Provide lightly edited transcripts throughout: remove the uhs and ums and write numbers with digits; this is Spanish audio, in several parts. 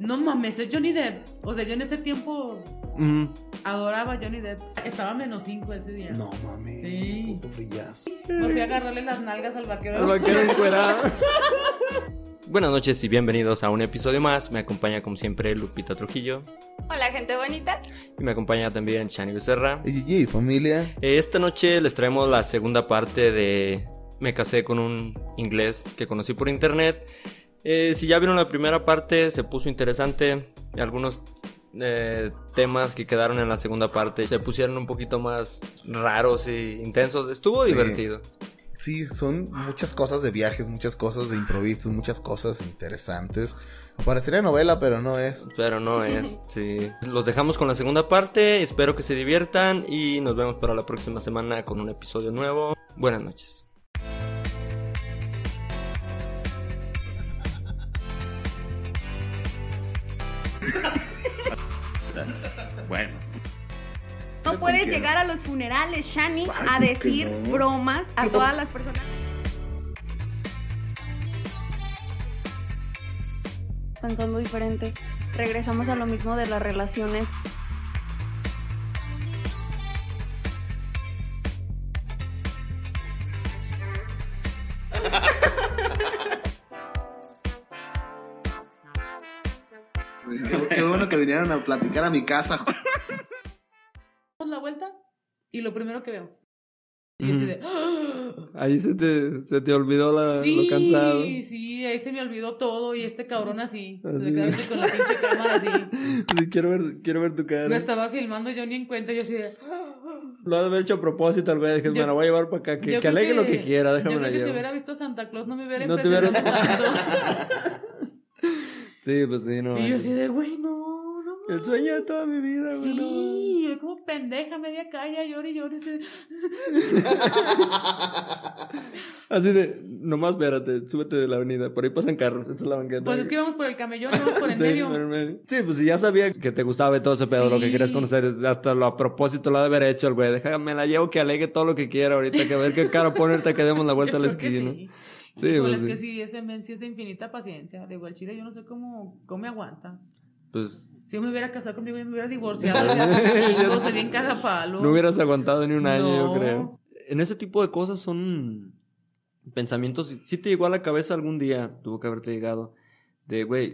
No mames, es Johnny Depp. O sea, yo en ese tiempo adoraba a Johnny Depp. Estaba -5 ese día. No mames, sí. Puto frillazo. Me fui a agarrarle las nalgas al vaquero. El vaquero encuerado. Buenas noches y bienvenidos a un episodio más. Me acompaña como siempre Lupita Trujillo. Hola, gente bonita. Y me acompaña también Shani Becerra. Y familia. Esta noche les traemos la segunda parte de Me casé con un inglés que conocí por internet. Si ya vieron la primera parte, se puso interesante. Algunos temas que quedaron en la segunda parte se pusieron un poquito más raros e intensos. Estuvo divertido. Sí, son muchas cosas de viajes, muchas cosas de improvisos, muchas cosas interesantes. Parecería novela, pero no es. Pero no es, sí. Los dejamos con la segunda parte, espero que se diviertan y nos vemos para la próxima semana con un episodio nuevo. Buenas noches. Bueno. No puedes llegar a los funerales, Shani, a decir bromas a todas las personas. Pensando diferente, regresamos a lo mismo de las relaciones. Qué bueno que vinieron a platicar a mi casa. La vuelta y lo primero que veo. Y así de... Ahí se te olvidó sí, lo cansado. Sí, ahí se me olvidó todo. Y este cabrón así. Se quedaste con la pinche cámara así. Sí, quiero ver tu cara. Me estaba filmando yo ni en cuenta. Yo así de... Lo has de haber hecho a propósito, güey. Me la voy a llevar para acá. Que alegue lo que quiera, déjame la llevar. Yo creo que si hubiera visto a Santa Claus no me hubiera no impresionado tanto. Sí, pues sí, no. Y yo así de, güey, no. El sueño de toda mi vida, güey. Sí, yo como pendeja, media calle, llore y llore. Así de, nomás espérate, súbete de la avenida. Por ahí pasan carros, esta es la banqueta. Pues es que íbamos por el camellón, íbamos por el medio. Por el medio. Sí, pues si ya sabía que te gustaba y todo ese pedo, lo que querías conocer. Hasta lo a propósito lo ha de haber hecho el güey. Déjame la llevo que alegue todo lo que quiera ahorita, que a ver qué cara pone ahorita que demos la vuelta a la esquina. Sí, pues pues es sí. que sí, ese men sí es de infinita paciencia. Digo, el chile yo no sé cómo me aguanta. Pues... Si yo me hubiera casado conmigo, yo me hubiera divorciado. Ya se bien cagapalo. No hubieras aguantado ni un año, No. yo creo. En ese tipo de cosas son pensamientos. Sí te llegó a la cabeza algún día, tuvo que haberte llegado, de güey,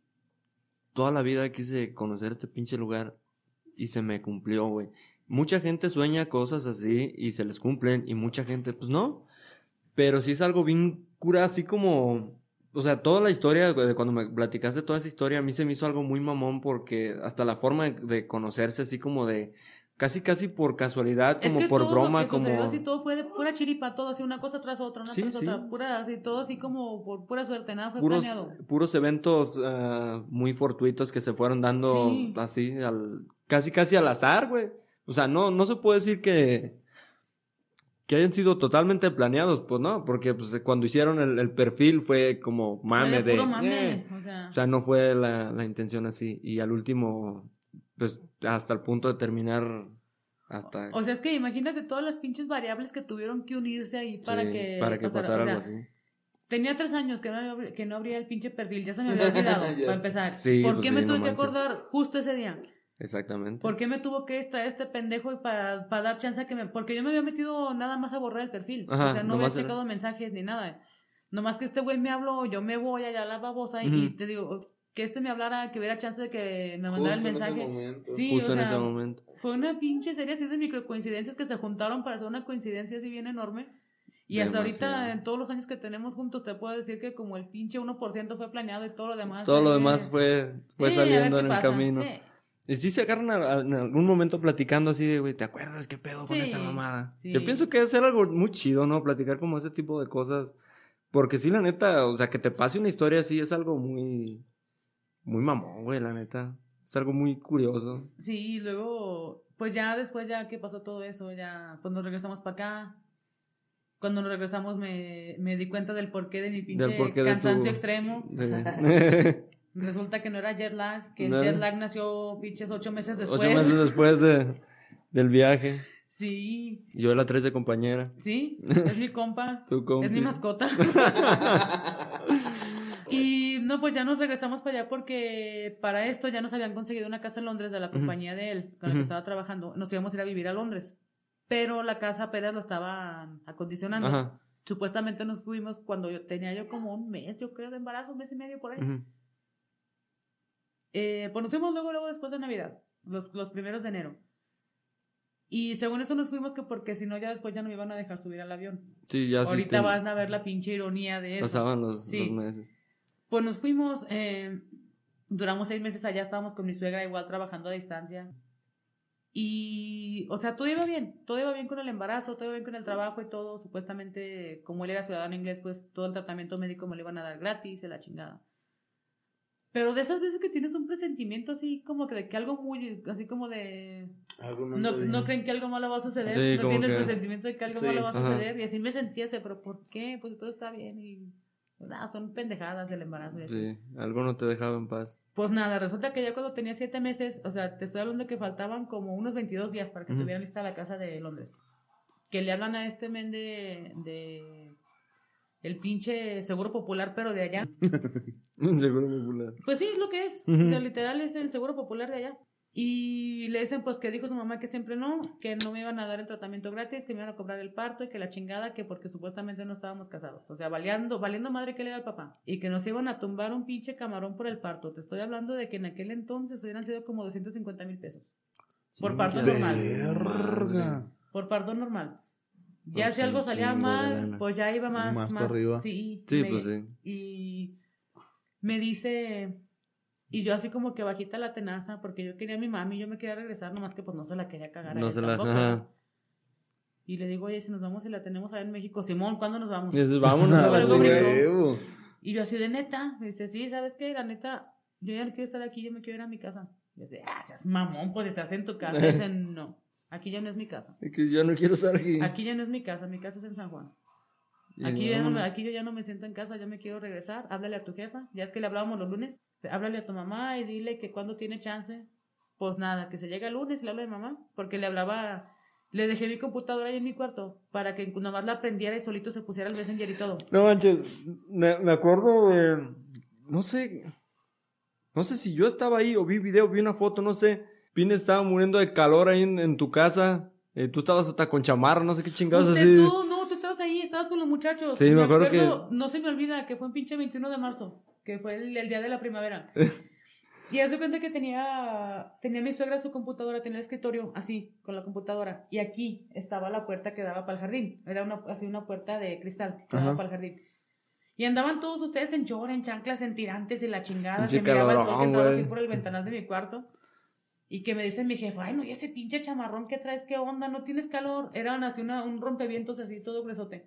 toda la vida quise conocer este pinche lugar y se me cumplió, güey. Mucha gente sueña cosas así y se les cumplen y mucha gente, pues no. Pero sí es algo bien cura, así como... O sea, toda la historia, de cuando me platicaste toda esa historia, a mí se me hizo algo muy mamón porque hasta la forma de conocerse así como de... Casi por casualidad, como es que por todo broma, lo que como... sucedió así, todo fue de pura chiripa, todo así, una cosa tras otra, una tras otra, pura así, todo así como por pura suerte, nada fue planeado. Puros eventos muy fortuitos que se fueron dando así, casi al azar, güey. O sea, no se puede decir que hayan sido totalmente planeados, pues no, porque pues cuando hicieron el perfil fue como mame fue de... puro mame, o sea, no fue la intención así, y al último, pues hasta el punto de terminar hasta... O sea, es que imagínate todas las pinches variables que tuvieron que unirse ahí para que pasara algo así. Tenía 3 años que no abría el pinche perfil, ya se me había olvidado, para empezar. Sí, ¿Por pues qué sí, me tuve no que manches. acordar justo ese día? Exactamente. ¿Por qué me tuvo que extraer este pendejo y para dar chance a que porque yo me había metido nada más a borrar el perfil? Ajá, o sea, no había nomás checado mensajes ni nada. Nomás que este güey me habló, yo me voy allá a la babosa y te digo, que este me hablara, que hubiera chance de que me mandara el mensaje. Sí, Justo o sea, en ese momento. fue una pinche serie así de microcoincidencias que se juntaron para hacer una coincidencia así bien enorme. Y hasta ahorita, en todos los años que tenemos juntos, te puedo decir que como el pinche 1% fue planeado y todo lo demás. Todo lo demás fue saliendo en el camino. Sí. Y sí se agarran en algún momento platicando así de, güey, ¿te acuerdas qué pedo con esta mamada? Sí. Yo pienso que es algo muy chido, ¿no? Platicar como ese tipo de cosas. Porque sí, la neta, o sea, que te pase una historia así es algo muy mamón, güey, la neta. Es algo muy curioso. Sí, y luego, pues ya después ya que pasó todo eso, ya pues nos regresamos para acá. Cuando nos regresamos me di cuenta del porqué de mi pinche cansancio extremo. Resulta que no era jet lag, que el jet lag nació pinches 8 meses después. 8 meses después del viaje. Sí. Yo la traes de compañera. Sí, es mi compa. Tu compa. Es mi mascota. Y no No, pues ya nos regresamos para allá porque para esto ya nos habían conseguido una casa en Londres de la compañía de él, con la que estaba trabajando. Nos íbamos a ir a vivir a Londres, pero la casa apenas la estaba acondicionando. Ajá. Supuestamente nos fuimos cuando tenía yo como un mes, yo creo, de embarazo, un mes y medio por ahí. Pues nos fuimos luego después de Navidad, los primeros de enero. Y según eso nos fuimos que porque si no ya después ya no me iban a dejar subir al avión. Sí, ya ahorita van a ver la pinche ironía de eso. Pasaban los meses. Pues nos fuimos, duramos 6 meses allá, estábamos con mi suegra igual trabajando a distancia. Y, o sea, todo iba bien con el embarazo, todo iba bien con el trabajo y todo. Supuestamente, como él era ciudadano inglés, pues todo el tratamiento médico me lo iban a dar gratis, de la chingada. Pero de esas veces que tienes un presentimiento así como que de que algo muy, así como de... No creen que algo malo va a suceder, sí, no tienen el presentimiento de que algo malo va a suceder. Y así me sentía, pero ¿por qué? Pues todo está bien y... Nada, son pendejadas del embarazo. Sí, algo no te dejaba en paz. Pues nada, resulta que ya cuando tenía 7 meses, o sea, te estoy hablando de que faltaban como unos 22 días para que tuviera lista la casa de Londres. Que le hablan a este men de el pinche Seguro Popular, pero de allá. Un Seguro Popular. Pues sí, es lo que es. O sea, literal es el Seguro Popular de allá. Y le dicen pues que dijo su mamá que siempre no, que no me iban a dar el tratamiento gratis, que me iban a cobrar el parto y que la chingada, que porque supuestamente no estábamos casados. O sea, valiendo madre que le era el papá. Y que nos iban a tumbar un pinche camarón por el parto. Te estoy hablando de que en aquel entonces hubieran sido como 250,000 pesos. Por parto normal. Por parto normal. Ya si algo salía mal, pues ya iba más para arriba. Sí, pues sí. Y me dice... Y yo así como que bajita la tenaza, porque yo quería a mi mami, yo me quería regresar, nomás que pues no se la quería cagar a ella tampoco. Y le digo, oye, si nos vamos y la tenemos allá en México, Simón, ¿cuándo nos vamos? Vámonos a la chingada. Y yo así de neta, me dice, sí, ¿sabes qué? La neta, yo ya no quiero estar aquí, yo me quiero ir a mi casa. Y yo dice, seas mamón, pues estás en tu casa. Y dicen, no, aquí ya no es mi casa. Es que yo no quiero estar aquí. Aquí ya no es mi casa es en San Juan. Aquí yo ya no me siento en casa, yo me quiero regresar. Háblale a tu jefa, ya es que le hablábamos los lunes. Háblale a tu mamá y dile que cuando tiene chance, pues nada, que se llegue el lunes y le hable a mi mamá, porque le dejé mi computadora ahí en mi cuarto para que nomás la prendiera y solito se pusiera el Messenger y todo. No manches, me acuerdo de, no sé si yo estaba ahí o vi video, vi una foto, no sé. Pine estaba muriendo de calor ahí en tu casa, tú estabas hasta con chamarra, no sé qué chingados así. Tú estabas ahí, estabas con los muchachos. Sí, me acuerdo que... No se me olvida que fue un pinche 21 de marzo. Que fue el día de la primavera. Y hace cuenta que tenía mi suegra su computadora, tenía el escritorio así, con la computadora. Y aquí estaba la puerta que daba para el jardín. Era una puerta de cristal que daba para el jardín. Y andaban todos ustedes en short, en chanclas, en tirantes y la chingada. Se miraba el sol que entraba así por el ventanal de mi cuarto. Y que me dice mi jefa, ay, no, y ese pinche chamarrón que traes, ¿qué onda? ¿No tienes calor? Era así un rompevientos así, todo gruesote.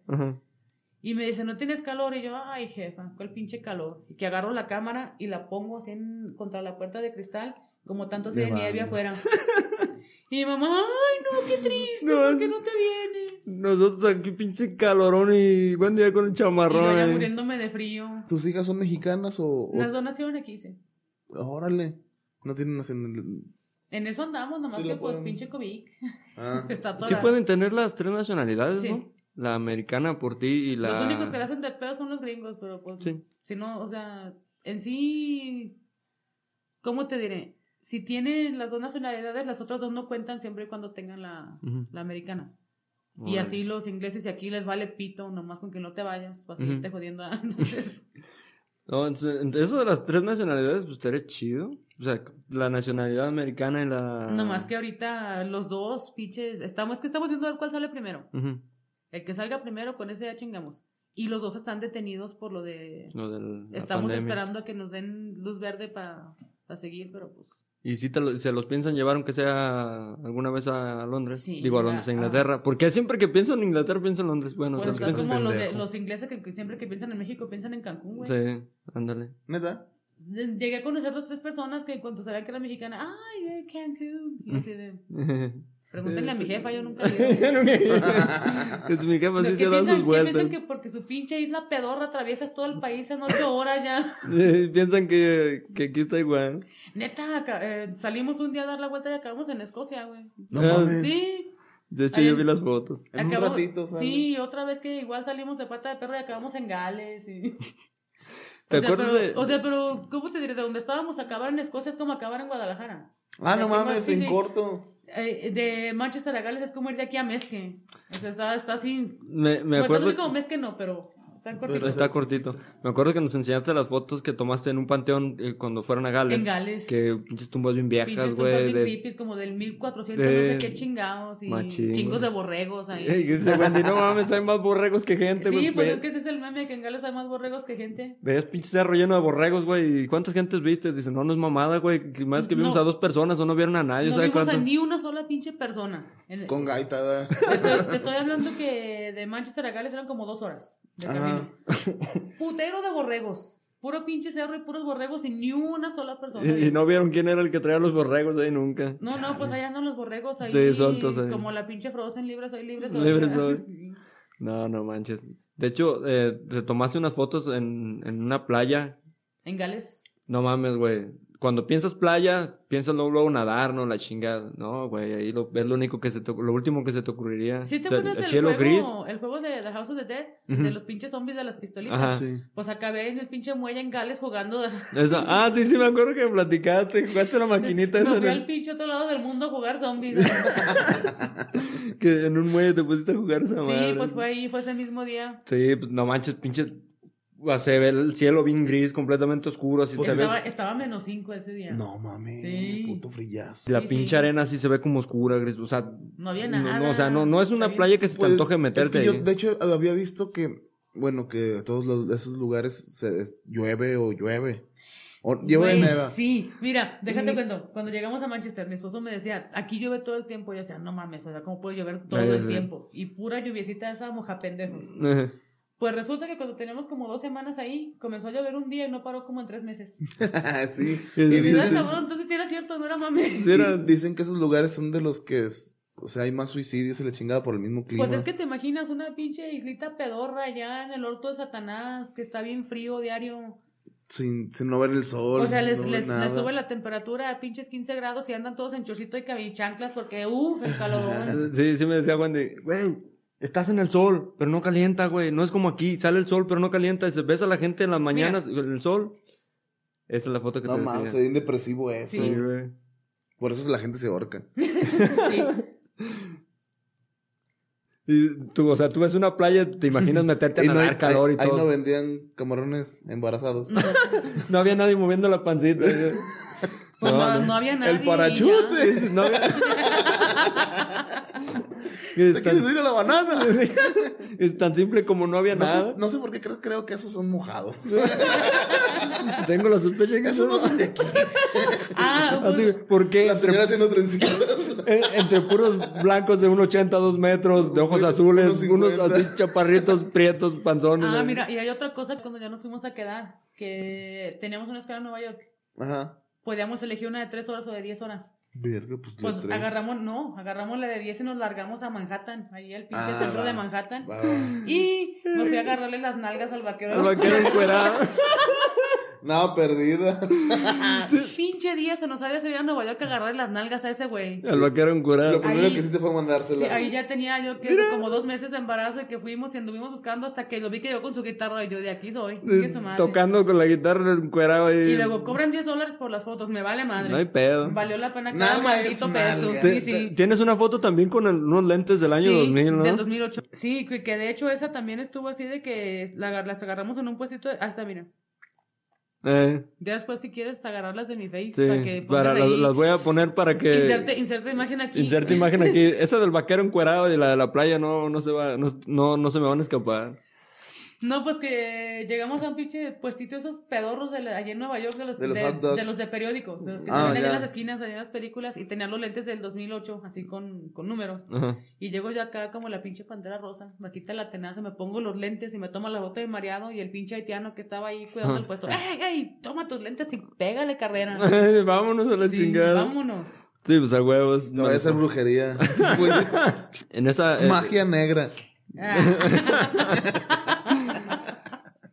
Y me dice, ¿no tienes calor? Y yo, ay, jefa, ¿cuál pinche calor? Y que agarro la cámara y la pongo así contra la puerta de cristal, como tanto así de nieve afuera. Y mi mamá, ay, no, qué triste, ¿por qué no te vienes? Nosotros aquí pinche calorón y buen día con el chamarrón. Y yo ya muriéndome de frío. ¿Tus hijas son mexicanas o...? Las dos nacieron aquí, sí. Órale. No tienen nacionalidad. En eso andamos, nomás sí que pues pinche COVID. Está toda. Sí pueden tener las 3 nacionalidades, sí. ¿no? La americana por ti y la... Los únicos que la hacen de pedo son los gringos, pero pues... Sí. Si no, o sea, en sí... ¿Cómo te diré? Si tienen las 2 nacionalidades, las otras 2 no cuentan siempre y cuando tengan la americana. Y así los ingleses, y aquí les vale pito, nomás con que no te vayas, vas a irte jodiendo. Entonces... No, eso de las 3 nacionalidades, pues estaría chido. O sea, la nacionalidad americana y la... Nomás que ahorita los 2 pinches... Estamos viendo a ver cuál sale primero. El que salga primero, con ese ya chingamos. Y los 2 están detenidos por lo de... Estamos pandemia. Esperando a que nos den luz verde para seguir, pero pues... ¿Y si se los piensan llevar aunque sea alguna vez a Londres? Sí, digo, a Londres, a Inglaterra. Porque siempre que pienso en Inglaterra, pienso en Londres. Bueno, pues es como los ingleses que siempre que piensan en México, piensan en Cancún, güey. Sí, ándale. ¿Neta? Llegué a conocer 2 o 3 personas que cuando sabían que era mexicana, ay, Cancún. Y así de... Pregúntenle a mi jefa, yo nunca Es mi jefa, sí se da sus vueltas. Piensan que porque su pinche isla pedorra atraviesas todo el país en 8 horas ya. Piensan que aquí está igual. Neta, salimos un día a dar la vuelta y acabamos en Escocia, güey. No mames. Sí. De hecho, yo vi las fotos. En un ratito, ¿sabes? Sí, otra vez que igual salimos de pata de perro y acabamos en Gales. Y... ¿Te acuerdas de...? O sea, pero, ¿cómo te diré? De donde estábamos, acabar en Escocia es como acabar en Guadalajara. No mames, en corto. De Manchester a Gales es como ir de aquí a Mesque. O sea, está así. Me acuerdo. No como Mesque, no, pero está cortito. Me acuerdo que nos enseñaste las fotos que tomaste en un panteón cuando fueron a Gales. En Gales. Que pinches tumbas bien viejas, güey. Pinches tumbas bien creepy, como del 1400, no sé qué chingados. Y machín, chingos de borregos ahí. Dice Wendy, no mames, hay más borregos que gente, güey. Sí, pues es que ese es el meme, que en Gales hay más borregos que gente. Veías pinche cerro lleno de borregos, güey. ¿Y cuántas gentes viste? Dicen, no es mamada, güey. Más que vimos a 2 personas o no vieron a nadie. No vimos a ni una sola pinche persona. Con gaita. Te estoy hablando que de Manchester a Gales eran como 2 horas de camino. Putero de borregos. Puro pinche cerro y puros borregos y ni una sola persona. Y no vieron quién era el que traía los borregos ahí nunca. No, pues allá andan los borregos ahí. Sí, sueltos ahí. Como la pinche Frozen, libre soy. Libre soy. Sí. No manches. De hecho, te tomaste unas fotos en una playa. ¿En Gales? No mames, güey. Cuando piensas playa, piensas luego nadar, ¿no? La chingada. No, güey, ahí es lo único que lo último que se te ocurriría. ¿Sí te acuerdas del cielo juego, gris? El juego de The House of the Dead? De los pinches zombies de las pistolitas. Ajá. Sí. Pues acabé en el pinche muelle en Gales jugando. Sí, me acuerdo que me platicaste. Jugaste la maquinita esa. Me fui al pinche otro lado del mundo a jugar zombies. Que en un muelle te pusiste a jugar esa madre. Sí, pues fue ese mismo día. Sí, pues no manches, pinches. Se ve el cielo bien gris, completamente oscuro. Así pues estaba -5 ese día. No mames, sí. Puto frillazo. La pinche arena así se ve como oscura, gris. O sea, no había nada. O sea, no es una playa que se te antoje meterte. Es que yo, de hecho, había visto que, bueno, que todos esos lugares llueve. O llueve de neva. Sí, mira, déjate cuento. Cuando llegamos a Manchester, mi esposo me decía, aquí llueve todo el tiempo. Y yo decía, no mames, o sea, ¿cómo puede llover todo el tiempo? Y pura lluviecita esa moja pendejos. Pues resulta que cuando teníamos como 2 semanas ahí, comenzó a llover un día y no paró como en 3 meses. Sí. Entonces sí era cierto, no era mame. Sí, dicen que esos lugares son de los que o sea, hay más suicidios y la chingada por el mismo clima. Pues es que te imaginas una pinche islita pedorra allá en el orto de Satanás, que está bien frío diario. Sin no ver el sol. O sea, les sube la temperatura a pinches 15 grados y andan todos en chorcito y cabichanclas porque, el calor. Sí, me decía Wendy, güey. Estás en el sol, pero no calienta, güey. No es como aquí, sale el sol, pero no calienta. Ves a la gente en las mañanas, el sol. Esa es la foto que te decía. No, soy bien depresivo eso. Sí, güey. Por eso la gente se ahorca. Sí. Y tú ves una playa, te imaginas meterte a nadar calor y todo. Ahí no vendían camarones embarazados. No había nadie moviendo la pancita. Pues no había nadie. El parachute. No había... Se quiere subir a la banana. Es tan simple como no había nada. No sé por qué creo que esos son mojados. Tengo la sospecha que esos no son de aquí. Así, ¿por qué? La señora haciendo trencitas. Entre puros blancos de 1.80, 2 metros, de ojos azules, unos así chaparritos, prietos, panzones. Mira, y hay otra cosa cuando ya nos fuimos a quedar, que teníamos una escala en Nueva York. Ajá. Podíamos elegir una de 3 horas o de 10 horas. Verga, pues agarramos la de 10 y nos largamos a Manhattan, ahí al pinche centro de Manhattan. Y me fui a agarrarle las nalgas al vaquero. Al vaquero encuerado. No, perdida. Pinche día se nos había salido a Nueva York a agarrarle las nalgas a ese güey. Al vaquero encuerado. Lo primero que hiciste fue mandársela. Sí, ahí ya tenía yo como 2 meses de embarazo y que fuimos y anduvimos buscando hasta que lo vi que yo con su guitarra y yo de aquí soy. Tocando con la guitarra encuerado ahí. Y luego cobran $10 por las fotos, me vale madre. No hay pedo. Valió la pena cada maldito peso. Sí. Tienes una foto también con unos lentes del año 2000, ¿no? Del 2008. Sí, que de hecho esa también estuvo así de que las agarramos en un puestito. Hasta mira. Ya después si quieres agarrarlas de mi face para que las voy a poner para que inserte imagen aquí. Inserte imagen aquí. Esa del vaquero encuerado y la de la playa no se me van a escapar. No, pues que llegamos a un pinche puestito esos pedorros allá en Nueva York de los de periódicos, de los que se ven allá en las esquinas, allá en las películas, y tenían los lentes del 2008, así con números. Ajá. Y llego yo acá como la pinche pantera rosa, me quita la tenaza, me pongo los lentes y me toma la bota de mareado, y el pinche haitiano que estaba ahí cuidando el puesto, ¡ey, toma tus lentes y pégale carrera! Vámonos a la chingada. Vámonos. Sí, pues a huevos. No, voy a hacer brujería. En esa... magia negra.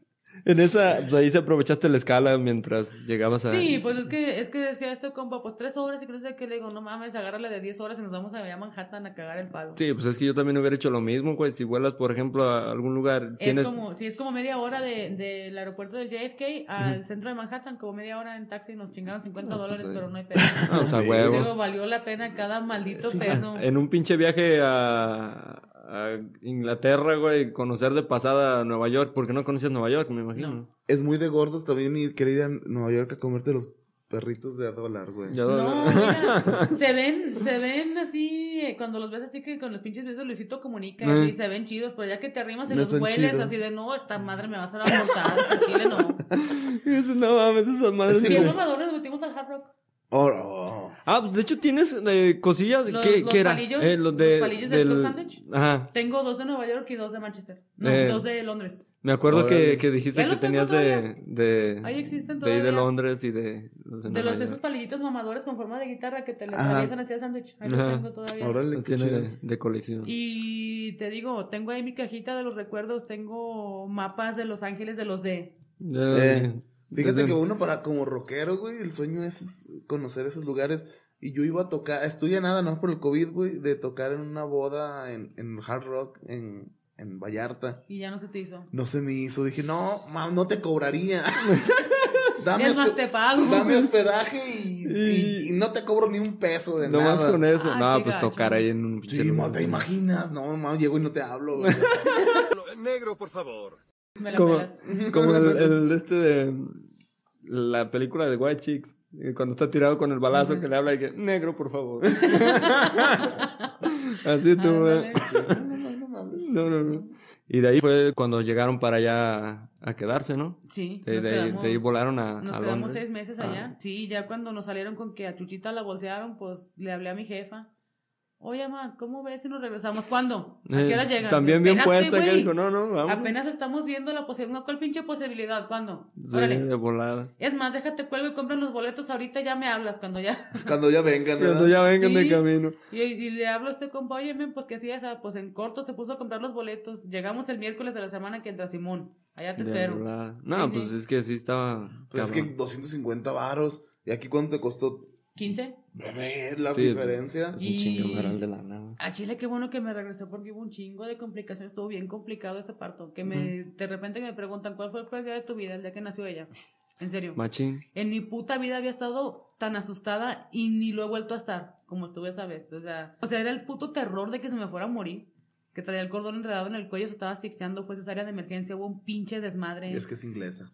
En esa, pues ahí se aprovechaste la escala mientras llegabas a... Sí, pues es que decía este compa, pues 3 horas y creo que le digo, no mames, agárrala de 10 horas y nos vamos allá a Manhattan a cagar el palo. Sí, pues es que yo también hubiera hecho lo mismo, güey. Si vuelas, por ejemplo, a algún lugar... Es como media hora del aeropuerto del JFK al centro de Manhattan, como media hora en taxi, nos chingaron $50, pero no hay pedo. O sea, huevo. Digo, valió la pena cada maldito peso. En un pinche viaje a Inglaterra, güey, conocer de pasada a Nueva York, porque no conocías Nueva York, me imagino. No. Es muy de gordos también querer ir a Nueva York a comerte los perritos de $1, güey. No, mira, se ven así, cuando los ves así que con los pinches besos Luisito Comunica, así se ven chidos, pero ya que te arrimas y No los están hueles chidos. así de, no, esta madre me va a hacer abortar, en Chile no. No mames, esas madres. Sí, en mamadores nos metimos al Hard Rock. Ah, de hecho tienes cosillas. Los ¿Qué era? palillos, Los palillos del Club Sandwich. Ajá. Tengo 2 de Nueva York y 2 de Manchester. No, 2 de Londres. Me acuerdo que dijiste Ya que los tengo tenías Ahí existen de ahí de todavía. Londres y de los De esos palillitos mamadores con forma de guitarra que te le Ajá. atraviesan hacia el sándwich. Ahí los tengo todavía. Órale, Los qué tiene chido. de colección. Y te digo, tengo ahí mi cajita de los recuerdos, tengo mapas de Los Ángeles de los de... Fíjate que uno para como rockero, güey, el sueño es conocer esos lugares. Y yo iba a tocar, estudia nada, no por el COVID, güey, de tocar en una boda en Hard Rock en Vallarta. Y ya no se te hizo. No se me hizo, dije, no, mam, no te cobraría. Es más, te pago. Dame hospedaje y no te cobro ni un peso de nada. Nomás con eso. Ay, No, qué pues gacho. tocar ahí en un Sí, no te imaginas, no, mam, llego y no te hablo. Güey. Negro, por favor. Me la Como, pelas. como el de la película de White Chicks, cuando está tirado con el balazo que le habla y que, negro, por favor. Así tú, güey. Ándale. No. Y de ahí fue cuando llegaron para allá a quedarse, ¿no? Sí. De ahí volaron Nos a quedamos Londres. 6 meses allá. Sí, ya cuando nos salieron con que a Chuchita la voltearon, pues le hablé a mi jefa. Oye, ma, ¿cómo ves si nos regresamos? ¿Cuándo? ¿A qué hora llegan? También bien Espérate, puesta, que güey. dijo, no, vamos. Apenas estamos viendo la posibilidad. No, ¿cuál pinche posibilidad? ¿Cuándo? Sí, Órale. de volada. Es más, déjate cuelgo y compran los boletos ahorita, ya me hablas cuando ya. Cuando ya vengan, ¿verdad? Cuando ya vengan Sí. de camino. Y le hablo a este compa, oye, men, pues que así, pues en corto se puso a comprar los boletos. Llegamos el miércoles de la semana que entra, Simón. Allá te De espero. volada. No, Sí, pues sí. es que sí estaba. Pues es que cabrón. 250 varos. ¿Y aquí cuánto te costó? 15. Bebé, es la Sí, diferencia. Es un Y- chingameral de lana, güey. A Chile, qué bueno que me regresó porque hubo un chingo de complicaciones. Estuvo bien complicado ese parto. Que de repente me preguntan, ¿cuál fue el peor día de tu vida? El día que nació ella. En serio. Machín. En mi puta vida había estado tan asustada y ni lo he vuelto a estar como estuve esa vez. O sea, era el puto terror de que se me fuera a morir. Que traía el cordón enredado en el cuello, se estaba asfixiando, fue cesárea de emergencia, hubo un pinche desmadre. Es que es inglesa.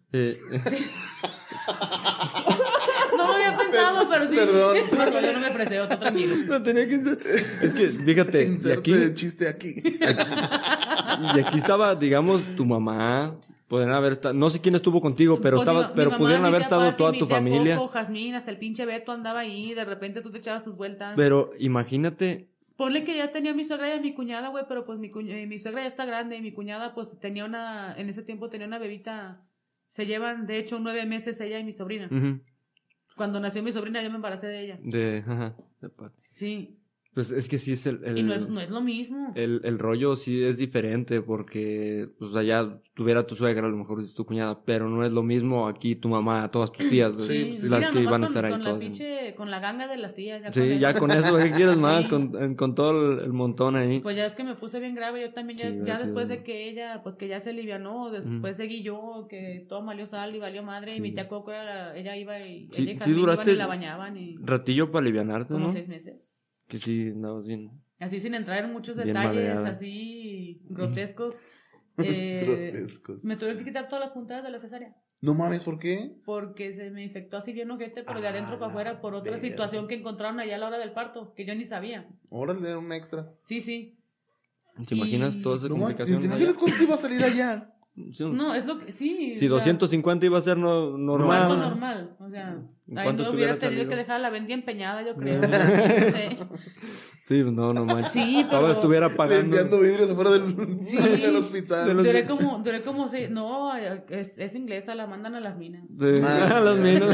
No lo había pensado, pero sí. Perdón. No, yo no me freseo, tú tranquilo. No tenía que ser. Es que, fíjate, Inserte el chiste aquí. y aquí estaba, digamos, tu mamá. Podrían haber estado, no sé quién estuvo contigo, pero Pues estaba, mi pero mamá, pudieron mi haber tía estado Pati, toda mi tu tía familia. Coco, Jazmín, hasta el pinche Beto andaba ahí, de repente tú te echabas tus vueltas. Pero imagínate, Ponle que ya tenía mi suegra y a mi cuñada, güey, pero pues mi suegra ya está grande y mi cuñada pues en ese tiempo tenía una bebita, se llevan de hecho 9 meses ella y mi sobrina. ujú, Cuando nació mi sobrina yo me embaracé de ella. de Pati. Sí, Pues es que sí es y no es lo mismo. el rollo sí es diferente porque, pues allá tuviera tu suegra, a lo mejor es tu cuñada, pero no es lo mismo aquí tu mamá, todas tus tías, Sí, las mira, que nomás iban a estar ahí con la todas. pinche, con la ganga de las tías. Ya Sí, con ya eso. con eso, ¿qué quieres más? Sí. Con todo el montón ahí. Pues ya es que me puse bien grave, yo también Sí, ya sí, después sí. de que ella, pues que ya se alivianó, después seguí yo, que todo valió sal y valió madre, Sí. y mi tía Coco ella iba y Sí, ella y sí Jazmín duraste iban y la bañaban y Ratillo para alivianarte, como ¿no? 6 meses. Que sí, andabas bien. Así sin entrar en muchos Bien detalles, madreada. así grotescos. Grotescos. Me tuve que quitar todas las puntadas de la cesárea. No mames, ¿por qué? Porque se me infectó así bien ojete, pero de adentro para afuera por otra verga. situación que encontraron allá a la hora del parto, que yo ni sabía. Órale, era un extra. Sí, sí. ¿Te imaginas todas esas No mames, ¿te complicaciones? imaginas cuánto te iba a salir allá? Sí, No, es lo que sí. si o sea, 250 iba a ser normal. Parto normal, o sea, ahí ¿Cuánto no te hubiera hubiera tenido salido? que dejar la vendía empeñada, yo creo. No sé. Sí, no manches. Sí, pero- Todavía estuviera pagando. Vendiendo vidrios afuera del, Sí. del hospital. Duré como no, es inglesa, la mandan a las minas. Sí, Ah, las minas.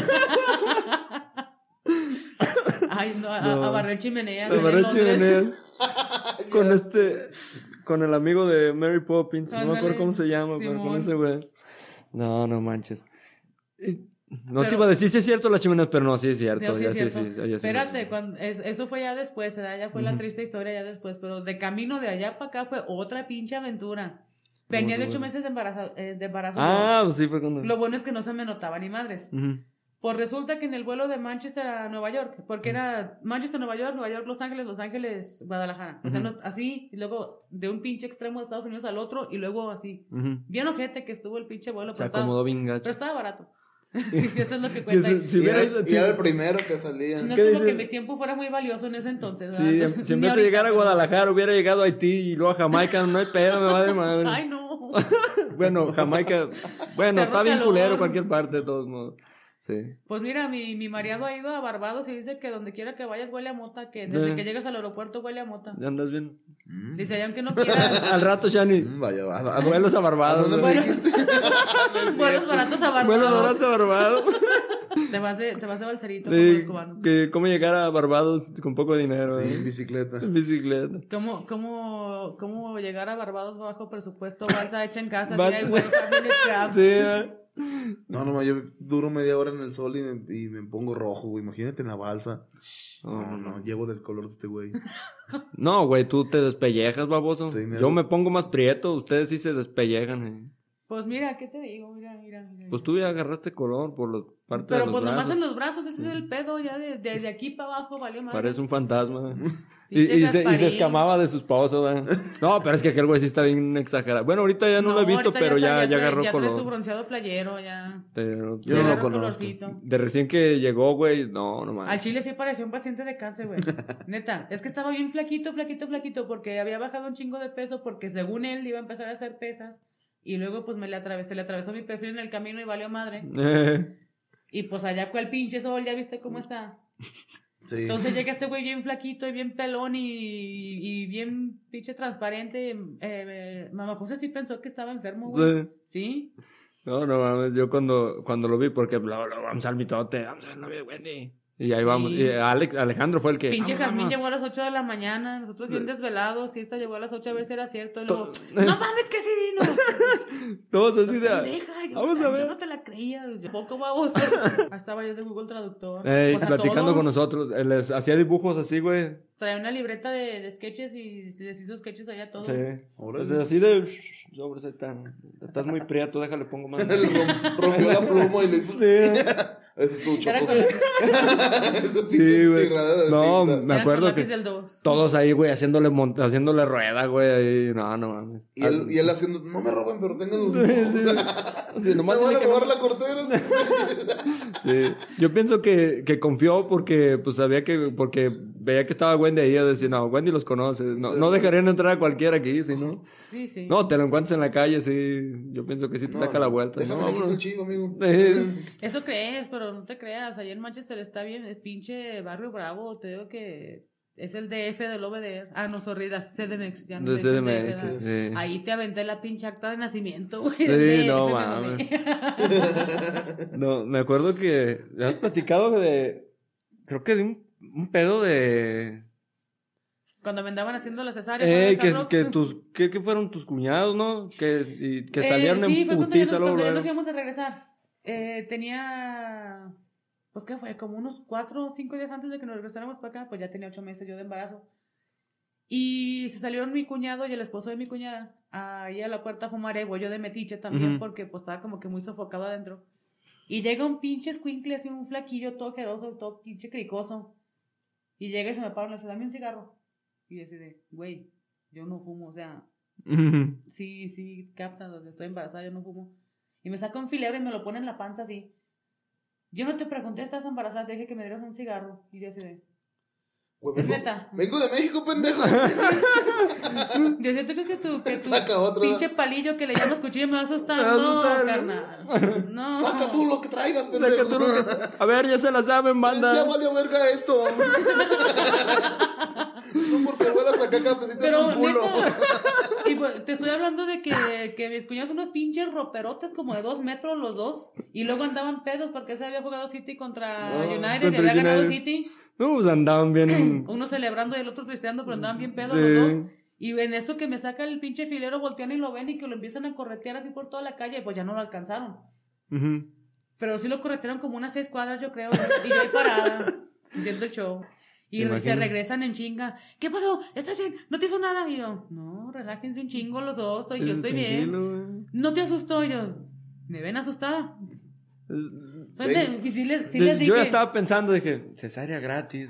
Ay, no, a barrer chimeneas. Las en barras Londres. chimeneas. Con el amigo de Mary Poppins. No me acuerdo Ándale. cómo se llama, pero con Simón. ese güey. No manches. No pero, te iba a decir si es cierto las chimeneas, pero no, sí es cierto. Sí, es cierto. Espérate, eso fue ya después, ya fue la triste historia ya después, pero de camino de allá para acá fue otra pinche aventura. Venía de 8 meses de embarazo. Pues sí fue cuando... Lo bueno es que no se me notaba ni madres. Pues resulta que en el vuelo de Manchester a Nueva York, porque era Manchester, Nueva York, Los Ángeles, Guadalajara. O sea, no, así, y luego de un pinche extremo de Estados Unidos al otro, y luego así. Bien ojete que estuvo el pinche vuelo. Se acomodó bien gacho. Pero estaba barato. Eso es lo que cuenta. Y era el primero que salía. No es como que mi tiempo fuera muy valioso en ese entonces. ¿Verdad? Sí, si en vez de llegar a Guadalajara hubiera llegado a Haití y luego a Jamaica, no hay pedo, me va de madre. Ay, no. Bueno, Jamaica, está bien culero cualquier parte de todos modos. Sí. Pues mira, mi marido ha ido a Barbados y dice que donde quiera que vayas huele a mota, que desde que llegas al aeropuerto huele a mota. ¿Ya andas bien? Dice, allá aunque no quieras. Al rato, Shani. Vaya, vuelos a Barbados. Vuelos baratos a Barbados. Vuelos baratos a Barbados. Te vas de balserito como los cubanos. ¿Cómo llegar a Barbados con poco dinero? Sí, en bicicleta. ¿Cómo llegar a Barbados bajo presupuesto? Balsa hecha en casa. Sí, No, yo duro media hora en el sol y me pongo rojo, güey. Imagínate en la balsa. No, llevo del color de este güey. No, güey, tú te despellejas, baboso. Sí, yo me pongo más prieto, ustedes sí se despellejan. Pues mira, ¿qué te digo? Mira. Pues tú ya agarraste color por las partes de los brazos. Pero pues nomás en los brazos, ese es el pedo, ya de aquí para abajo valió madre. Parece un fantasma. y se escamaba de su esposo, ¿eh? No, pero es que aquel güey sí está bien exagerado. Bueno, ahorita ya no lo he visto, pero ya agarró color. Ya trae su bronceado playero, ya. Pero yo no lo conozco. De recién que llegó, güey, no más. Al chile sí parecía un paciente de cáncer, güey. Neta, es que estaba bien flaquito, porque había bajado un chingo de peso, porque según él iba a empezar a hacer pesas. Y luego pues se le atravesó mi perfil en el camino y valió madre. Y pues allá con el pinche sol, ¿ya viste cómo está? Sí. Entonces llega este güey bien flaquito y bien pelón y bien pinche transparente. Mamá José sí pensó que estaba enfermo, güey. ¿Sí? No mames, yo cuando lo vi, porque vamos al mitote, vamos al novio de Wendy. Y ahí vamos. Y Alejandro fue el que... Pinche Jazmín llegó a las 8 de la mañana. Nosotros bien desvelados. Y esta llegó a las 8 a ver si era cierto. Y luego, no mames que sí vino. Todos así de... Vamos a ver. Yo no te la creía. Poco vamos. Estaba yo de Google Traductor. Platicando con nosotros. Les hacía dibujos así, güey. Traía una libreta de sketches y les hizo sketches allá a todos. Sí. Pues así de... Estás muy prieto, déjale, pongo más. Rompió la pluma y le hizo... Ese es tu choco. Sí, güey. No, me acuerdo que todos ahí, güey, haciéndole rueda, güey. No mames. Y él haciendo, no me roben, pero tengan los... Sí, nomás tiene que robar la cortera. Sí. Yo pienso que confió porque pues sabía porque veía que estaba Wendy ahí, decía, no, Wendy los conoce, no dejarían entrar a cualquiera aquí, si no. Sí. No, te lo encuentras en la calle, sí. Yo pienso que sí te saca la vuelta. Déjame chivo, amigo. Eso crees, pero no te creas, allá en Manchester está bien, el pinche barrio bravo, te digo que es el DF del OBD. No, sorry, la CDMX, ya no de CDMX, sí. Ahí te aventé la pinche acta de nacimiento, güey. Sí, no mames. No, me acuerdo que has platicado creo que de un pedo de... Cuando me andaban haciendo la cesárea. ¿Qué fueron tus cuñados, no? Que salieron en putiza. Sí, fue cuando ya nos íbamos a regresar. Tenía, pues ¿qué fue? Como unos 4 o 5 días antes de que nos regresáramos para acá, pues ya tenía 8 meses yo de embarazo. Y se salieron mi cuñado y el esposo de mi cuñada ahí a la puerta a fumar, voy yo de metiche también, porque pues estaba como que muy sofocado adentro. Y llega un pinche escuincle, así un flaquillo todo jeroso, todo pinche cricoso. Y llega y se me para y le dice, dame un cigarro. Y yo así de, güey, yo no fumo, o sea, sí, captas, o sea, estoy embarazada, yo no fumo. Y me saca un filebro y me lo pone en la panza así. Yo no te pregunté, ¿estás embarazada? Te dije que me dieras un cigarro. Y yo así de... ¿Es neta? Vengo de México, pendejo. Yo siento que tu pinche palillo que le llamas cuchillo me va a asustar. No, carnal. No. Saca tú lo que traigas, pendejo. A ver, ya se la saben, banda. Ya valió verga esto. No porque vuelas a caca, te sientes un culo. Y pues, te estoy hablando de que mis cuñados son unos pinches roperotes como de 2 metros los dos. Y luego andaban pedos porque se había jugado City contra United y había ganado City. Pues andaban bien. Uno celebrando y el otro cristiano, pero andaban bien pedos los dos. Y en eso que me saca el pinche filero, voltean y lo ven y que lo empiezan a corretear así por toda la calle, pues ya no lo alcanzaron. Pero sí lo corretearon como unas 6 cuadras, yo creo. Y yo ahí parada, viendo el show. Y se regresan en chinga. ¿Qué pasó? ¿Estás bien? ¿No te hizo nada? Y yo, no, relájense un chingo los dos. Yo estoy bien. ¿No te asustó? Y yo, ¿me ven asustada? Y sí les dije, yo ya estaba pensando, dije, cesárea gratis.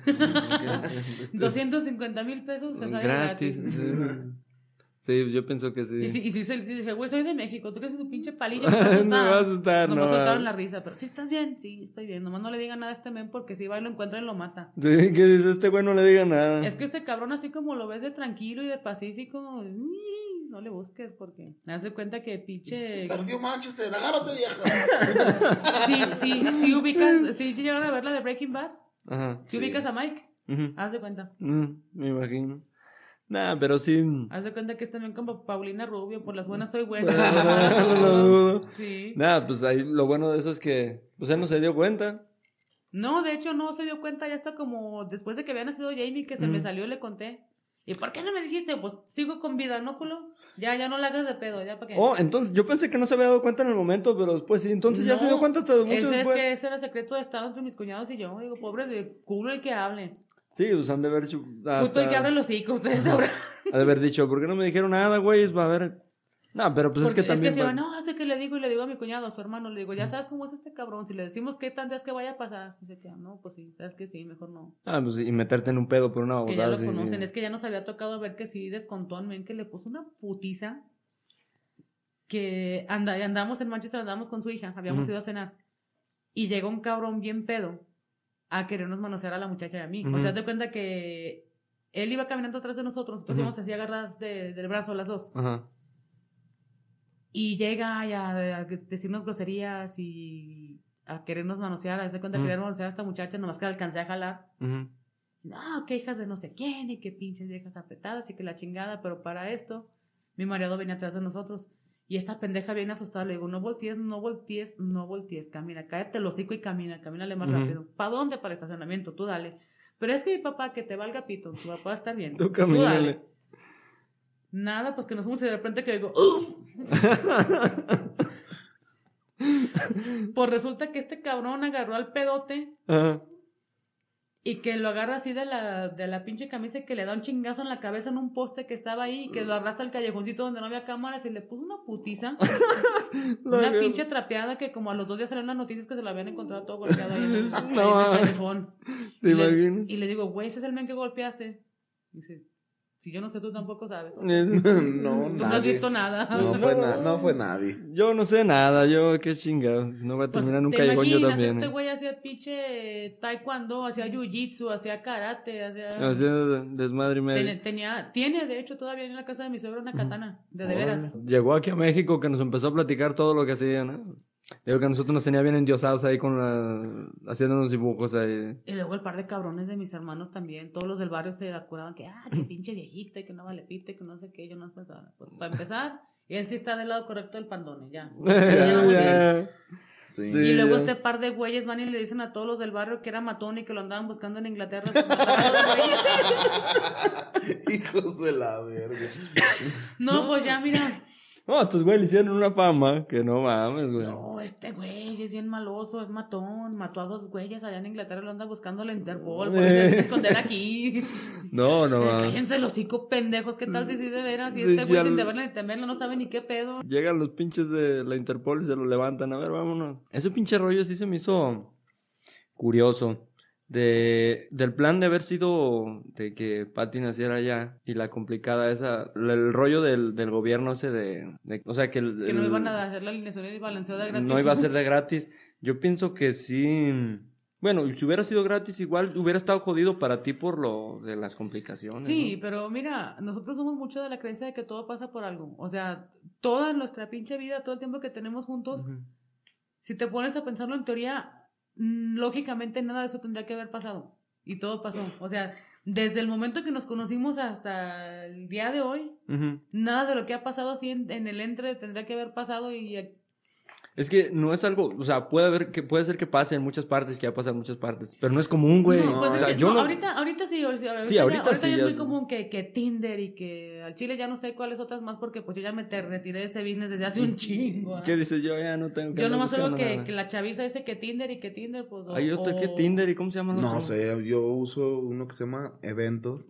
250,000 pesos cesárea gratis. Sí, yo pienso que sí. Y sí dije, güey, soy de México, ¿tú crees que tu pinche palillo me va a asustar? No me va a asustar, no. Me soltaron la risa, pero ¿sí estás bien? Sí, estoy bien. Nomás no le digan nada a este men porque si va y lo encuentra y lo mata. Sí, que dice, este güey no le diga nada. Es que este cabrón así como lo ves de tranquilo y de pacífico, no le busques porque me das de cuenta que pinche... Perdió Manchester, agárrate vieja. Sí ubicas, sí llegaron a ver la de Breaking Bad. Ajá. ¿Sí ubicas a Mike? Haz de cuenta. Me imagino. Nah, pero sí. Haz de cuenta que es también como Paulina Rubio, por las buenas soy buena. No lo dudo. Sí. Nah, pues ahí lo bueno de eso es que pues él no se dio cuenta. No, de hecho no se dio cuenta, ya hasta como después de que había nacido Jamie, que se me salió, le conté. ¿Y por qué no me dijiste? Pues sigo con vida, ¿no, culo? Ya no la hagas de pedo, ya para qué. Oh, entonces yo pensé que no se había dado cuenta en el momento, pero después sí, entonces ya se dio cuenta hasta mucho después. Es que ese era secreto de estado entre mis cuñados y yo. Digo, pobre de culo el que hable. Sí, pues han de haber hecho justo el que abre los hocico, ustedes sabrán. Ha de haber dicho, ¿por qué no me dijeron nada, güey? Va a ver. No, pero pues porque es que también. Es que si no, de que le digo a mi cuñado, a su hermano, le digo, ya sabes cómo es este cabrón. Si le decimos qué tan días que vaya a pasar, dice que no, pues sí, sabes que sí, mejor no. Pues y meterte en un pedo por una babosada. Que ya lo conocen, es que ya nos había tocado ver que sí descontó men que le puso una putiza. Que andamos en Manchester, andamos con su hija, habíamos ido a cenar. Y llegó un cabrón bien pedo a querernos manosear a la muchacha y a mí. O sea, haz de cuenta que él iba caminando atrás de nosotros íbamos así agarradas del brazo las dos. Y llega a decirnos groserías y a querernos manosear. Haz de cuenta que querer manosear a esta muchacha, nomás que la alcancé a jalar. No, que hijas de no sé quién y que pinches viejas apretadas y que la chingada. Pero para esto, mi marido venía atrás de nosotros. Y esta pendeja viene asustada, le digo, no voltees, camina, cállate el hocico y camínale más rápido. ¿Para dónde? Para el estacionamiento, tú dale. Pero es que mi papá, que te valga pito, tu papá va a estar bien. Tú camínale. Nada, pues que nos fuimos y de repente que digo, pues resulta que este cabrón agarró al pedote. Y que lo agarra así de la pinche camisa y que le da un chingazo en la cabeza en un poste que estaba ahí y que lo arrastra al callejoncito donde no había cámaras y le puso una putiza. Una pinche trapeada que como a los 2 días salieron las noticias que se lo habían encontrado todo golpeado ahí en el callejón. ¿Te imaginas? Y le digo, güey, ese es el men que golpeaste. Y dice, si yo no sé, tú tampoco sabes. No, tú no has visto nada. No fue nadie. Yo no sé nada, yo qué chingados. No voy a terminar nunca callejón yo también. Este güey hacía pinche taekwondo, hacía jiu-jitsu, hacía karate, hacía desmadre y medio. Tiene, de hecho, todavía en la casa de mi suegro una katana, de veras. Llegó aquí a México que nos empezó a platicar todo lo que hacía, ¿no? Digo que a nosotros nos tenía bien endiosados ahí haciendo unos dibujos ahí. Y luego el par de cabrones de mis hermanos también, todos los del barrio se la curaban que, que pinche viejita, que no vale pite, que no sé qué, yo no pensaba. Pues para empezar, él sí está del lado correcto del pandone, ya. Sí. Y luego este par de güeyes van y le dicen a todos los del barrio que era matón y que lo andaban buscando en Inglaterra. Hijos de la verga. No, pues ya, mira. No, estos güeyes le hicieron una fama que no mames, güey. No, este güey es bien maloso, es matón. Mató a 2 güeyes allá en Inglaterra, lo anda buscando la Interpol. Por eso hay que esconder aquí. No mames. Cállense los hocico pendejos, ¿qué tal si sí de veras? Y este güey sin deberle ni temerla no sabe ni qué pedo. Llegan los pinches de la Interpol y se lo levantan. A ver, vámonos. Ese pinche rollo sí se me hizo curioso. Del plan de haber sido de que Patty naciera allá y la complicada esa, el rollo del gobierno ese de o sea que que no iban a hacer la alineación y el balanceo de gratis. No iba a ser de gratis. Yo pienso que sí. Bueno, si hubiera sido gratis igual hubiera estado jodido para ti por lo de las complicaciones. Sí, ¿no? pero mira, nosotros somos mucho de la creencia de que todo pasa por algo. O sea, toda nuestra pinche vida, todo el tiempo que tenemos juntos, si te pones a pensarlo en teoría, lógicamente nada de eso tendría que haber pasado y todo pasó, o sea, desde el momento que nos conocimos hasta el día de hoy, nada de lo que ha pasado así en el entre tendría que haber pasado y es que no es algo, o sea, puede ser que pase en muchas partes, que va a pasar en muchas partes, pero no es común, güey. No, pues o sea, ahorita sí, ahorita ya es muy común que Tinder y que al chile ya no sé cuáles otras más porque pues yo ya me retiré de ese business desde hace un chingo. ¿Qué dices? Yo ya no tengo que... Yo nomás solo que la chaviza dice que Tinder pues... Hay otro que Tinder, ¿y cómo se llama? No sé, yo uso uno que se llama Eventos.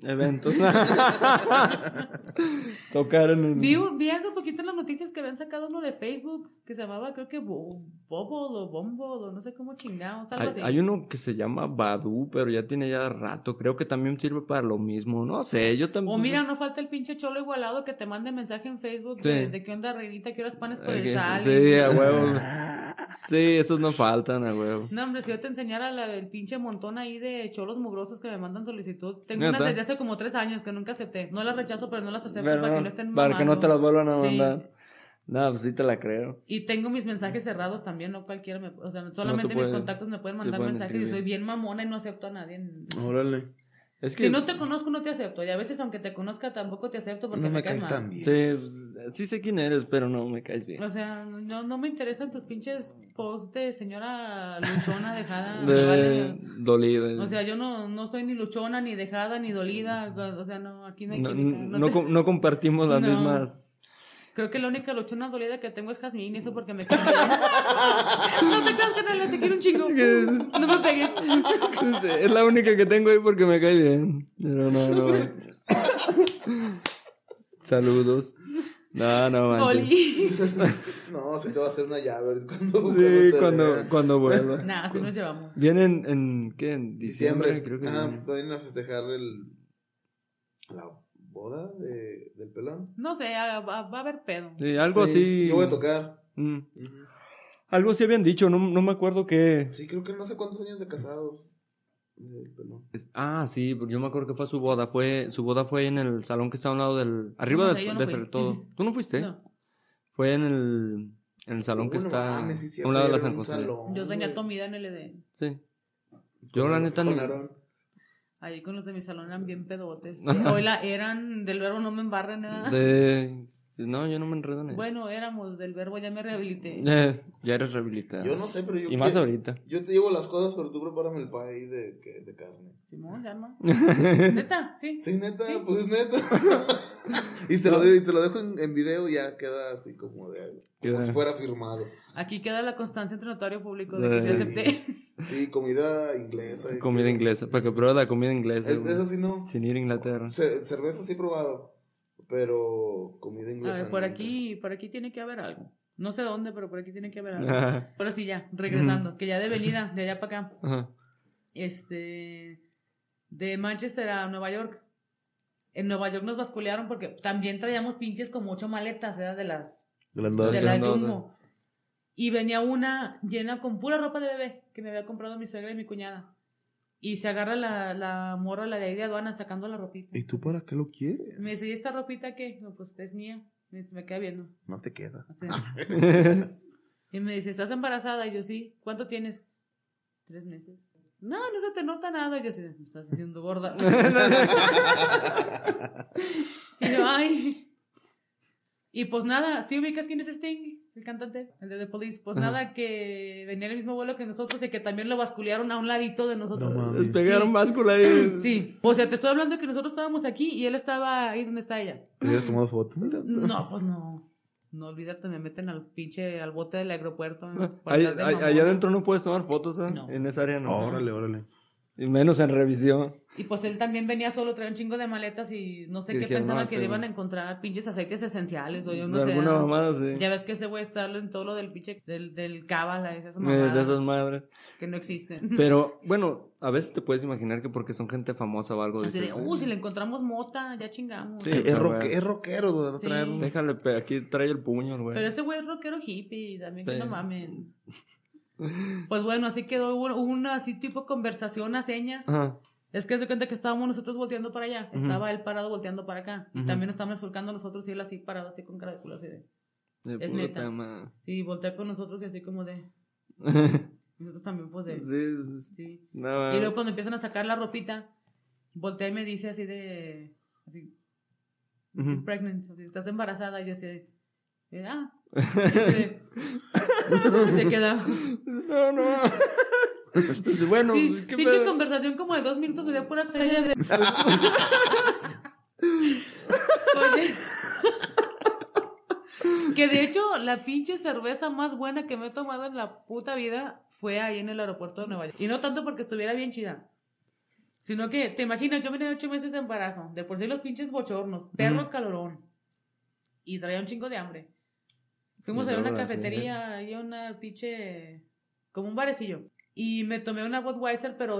Tocar en el... Vi hace poquito en las noticias que habían sacado uno de Facebook que se llamaba, creo que Bombo, no sé cómo chingados, algo así. Hay uno que se llama Badoo, pero ya tiene ya rato. Creo que también sirve para lo mismo. No sé, yo también... O mira, no falta el pinche cholo igualado que te mande mensaje en Facebook de qué onda, reinita, qué horas panes por el sal. Sí, a huevo. Sí, esos no faltan, a huevo. No, hombre, si yo te enseñara el pinche montón ahí de cholos mugrosos que me mandan solicitud. Tengo unas desde hace como 3 años que nunca acepté. No las rechazo, pero no las acepto para que no estén mamando. Para que no te las vuelvan a mandar. No, pues sí te la creo. Y tengo mis mensajes cerrados también, no cualquiera o sea, solamente mis contactos me pueden mandar mensajes escribir. Y soy bien mamona y no acepto a nadie. Órale. Es que... Si no te conozco, no te acepto. Y a veces, aunque te conozca, tampoco te acepto porque no me caes tan bien. Sí sé quién eres, pero no me caes bien. O sea, no me interesan tus pinches posts de señora luchona, dejada. Dolida. O sea, yo no soy ni luchona, ni dejada, ni dolida. O sea, no, aquí no hay no compartimos las mismas. Creo que la única luchona dolida que tengo es Jazmín, eso porque me cae bien. No te creas, canal, te quiero un chingo. No me pegues. Es la única que tengo ahí porque me cae bien. Pero no. Saludos. No, Oli. No, se te va a hacer una llave cuando vuelva. Nah, así nos llevamos. Vienen en ¿qué? En diciembre creo que vienen a festejar la boda del pelón. No sé, va a haber pedo. Sí, algo así. Yo voy a tocar. Algo así habían dicho, no me acuerdo qué. Sí, creo que no sé cuántos años de casado. Sí, porque yo me acuerdo que fue su boda. Su boda fue en el salón que está a un lado del... Arriba de todo. ¿Tú no fuiste? No. Fue en el salón que está a un lado de la San José. Yo tenía comida en el EDN. Sí. Yo la neta Ahí con los de mi salón eran bien pedotes. Hoy eran del verbo no me embarren nada. No, yo no me enredo en eso. Bueno, éramos del verbo ya me rehabilité. Ya eres rehabilitado. Yo no sé, pero yo... Y más ahorita. Yo te llevo las cosas, pero tú prepárame el pay de carne. Simón, ya no. ¿Neta? Sí. Sí, neta, ¿sí? Pues es neta. Y te lo dejo en video y ya queda así como si fuera firmado. Aquí queda la constancia entre notario público de que se acepté. Sí, comida inglesa. Comida inglesa, para que pruebe la comida inglesa. Eso sí no. Sin ir a Inglaterra. Cerveza sí he probado, pero comida inglesa. A ver, por aquí tiene que haber algo. No sé dónde, pero por aquí tiene que haber algo. Pero sí, ya, regresando, que ya de venida, de allá para acá. Ajá. De Manchester a Nueva York. En Nueva York nos basculearon porque también traíamos pinches como 8 maletas, de la Jumbo. Y venía una llena con pura ropa de bebé que me había comprado mi suegra y mi cuñada. Y se agarra la morra, la de ahí de aduana, sacando la ropita. ¿Y tú para qué lo quieres? Me dice, ¿y esta ropita qué? No, pues es mía. Me queda viendo. No te queda. Y me dice, ¿estás embarazada? Y yo, sí. ¿Cuánto tienes? 3 meses. No se te nota nada. Y yo, sí, me estás haciendo gorda. Y yo, ay. Y pues nada, ¿sí ubicas quién es Sting? El cantante, el de The Police. Pues nada, que venía en el mismo vuelo que nosotros y que también lo basculearon a un ladito de nosotros. Les pegaron báscula ahí. Sí. O sea, te estoy hablando de que nosotros estábamos aquí y él estaba ahí donde está ella. ¿Te habías tomado foto? Mira. No, pues no. No, olvídate, me meten al bote del aeropuerto. Allá adentro no puedes tomar fotos, ¿eh? No. En esa área no. Órale. Y menos en revisión. Y pues él también venía solo, traía un chingo de maletas y no sé qué pensaban que le iban a encontrar, pinches aceites esenciales o yo no sé. Alguna mamada, sí. Ya ves que ese güey está en todo lo del pinche, del cábala, esas mamadas. De esas madres. Que no existen. Pero, bueno, a veces te puedes imaginar que porque son gente famosa o algo. Así si le encontramos mota, ya chingamos. Sí, es rockero, güey. Sí. Déjale, aquí trae el puño, güey. Pero ese güey es rockero hippie, también que no mamen. Pues bueno, así quedó, hubo una así tipo conversación a señas. Ajá. Es que se cuenta que estábamos nosotros volteando para allá. Estaba él parado volteando para acá. También estábamos surcando nosotros y él así parado, así con cara de culo, así de... Es neta. Tema. Sí, voltea con nosotros y así como de... Nosotros también pues de... Sí. No, y luego cuando empiezan a sacar la ropita, voltea y me dice así de... Así... Pregnant, así, estás embarazada. Y yo así de... Y se queda. No. Entonces, bueno, sí, ¿qué pinche conversación como de 2 minutos de puras señas de... Oye. Que de hecho, la pinche cerveza más buena que me he tomado en la puta vida fue ahí en el aeropuerto de Nueva York. Y no tanto porque estuviera bien chida, sino que, te imaginas, yo venía de 8 meses de embarazo, de por sí los pinches bochornos, perro calorón, y traía un chingo de hambre. Fuimos a una cafetería, ahí una pinche, como un barecillo, y me tomé una Budweiser, pero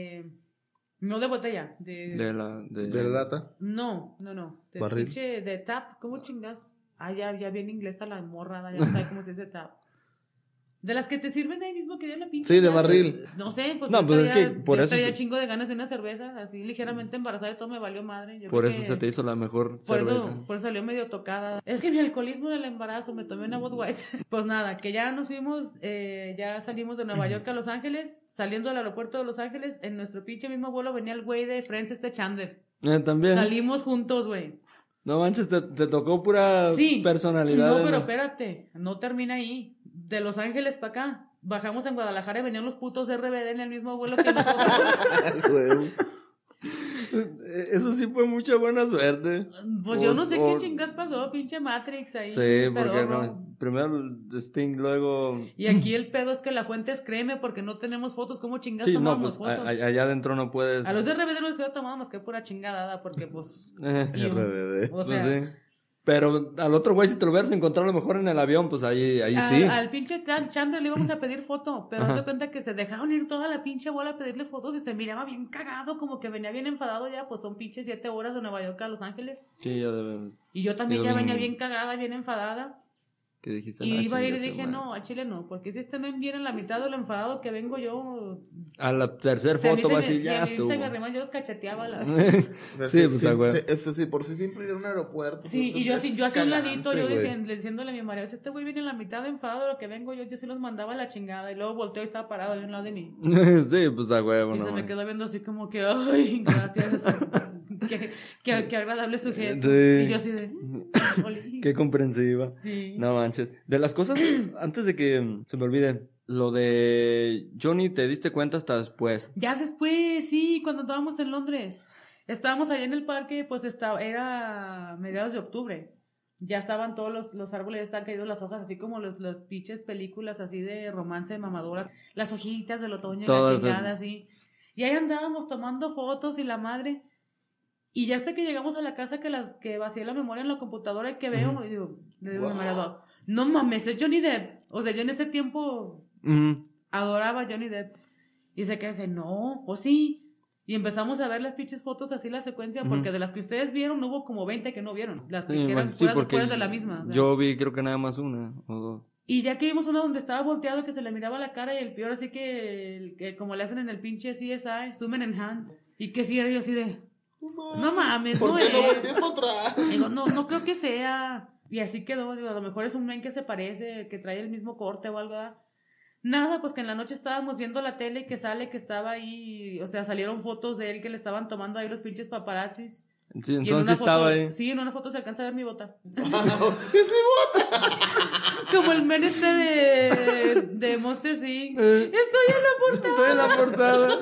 no de botella, ¿de la lata? No, de barril. Pinche, de tap, ¿cómo chingas? Ya bien inglesa la morra, ya no sabe cómo se dice tap. De las que te sirven ahí mismo que ya la pinche. Sí, de barril. No sé, pues. No, pues es que por eso. Traía chingo de ganas de una cerveza, así ligeramente embarazada y todo me valió madre. Por eso se te hizo la mejor cerveza. Por eso salió medio tocada. Es que mi alcoholismo en el embarazo, me tomé una Budweiser. Pues nada, que ya nos fuimos, ya salimos de Nueva York a Los Ángeles. Saliendo del aeropuerto de Los Ángeles, en nuestro pinche mismo vuelo venía el güey de Friends, Chandler. También. Salimos juntos, güey. No manches, te tocó pura personalidad. No, pero espérate, no termina ahí. De Los Ángeles para acá, bajamos en Guadalajara y venían los putos de RBD en el mismo vuelo que nosotros. Eso sí fue mucha buena suerte. Pues yo no sé qué chingas pasó, pinche Matrix ahí. Sí, porque no, primero el Sting, luego... Y aquí el pedo es que la fuente es creme porque no tenemos fotos. ¿Cómo chingas tomamos fotos? Allá adentro no puedes... A los de RBD no les hubiera tomado más que pura chingada, porque pues... RBD. O sea... Pues sí. Pero al otro güey, si te lo hubieras encontrado a lo mejor en el avión, pues ahí sí. Al pinche Chandler le íbamos a pedir foto, pero se cuenta que se dejaron ir toda la pinche bola a pedirle fotos y se miraba bien cagado, como que venía bien enfadado ya, pues son pinches 7 horas de Nueva York a Los Ángeles. Sí, ya deben. Y yo también ya venía bien cagada, bien enfadada. ¿Qué dijiste? Y iba a ir y dije, no, al chile no, porque si este men viene en la mitad de lo enfadado que vengo yo... A la tercera foto va así, ya estuvo. Se me arrimó, yo los cacheteaba. Sí, pues por si siempre ir a un aeropuerto. Sí, y yo así un ladito, yo diciéndole a mi marido, si este güey viene en la mitad de enfadado de lo que vengo yo sí los mandaba a la chingada. Y luego volteó y estaba parado ahí a un lado de mí. Sí, pues a huevo, y se me quedó viendo así como que, ay, gracias. Qué agradable sujeto. Sí. Y yo así de... Qué comprensiva. Sí. No manches. De las cosas, antes de que se me olvide, lo de Johnny, ¿te diste cuenta hasta después? Ya después, sí, cuando estábamos en Londres. Estábamos allá en el parque, pues era mediados de octubre. Ya estaban todos los árboles, están caídos las hojas, así como los pinches películas así de romance mamadoras. Las hojitas del otoño, la chingada, así. Y ahí andábamos tomando fotos y la madre... Y ya hasta que llegamos a la casa que vacié la memoria en la computadora y que veo, y digo, le digo a mi marido, no mames, es Johnny Depp. O sea, yo en ese tiempo adoraba a Johnny Depp. Y se queda dice, no, o sí. Y empezamos a ver las pinches fotos así, la secuencia, porque de las que ustedes vieron, hubo como 20 que no vieron. Las que eran puras de la misma. ¿verdad? Yo vi creo que nada más una o dos. Y ya que vimos una donde estaba volteado, que se le miraba la cara, y el peor así que como le hacen en el pinche CSI, Zoom and Enhance. Y que sí era yo así de... No mames, ¿por qué no volteé para atrás? Digo, no creo que sea. Y así quedó, digo, a lo mejor es un men que se parece, que trae el mismo corte o algo. Nada, pues que en la noche estábamos viendo la tele y que sale que estaba ahí, o sea, salieron fotos de él que le estaban tomando ahí los pinches paparazzis. Sí, entonces estaba ahí. Sí, en una foto se alcanza a ver mi bota. ¡Es mi bota! Como el men de Monster Inc. Estoy en la portada.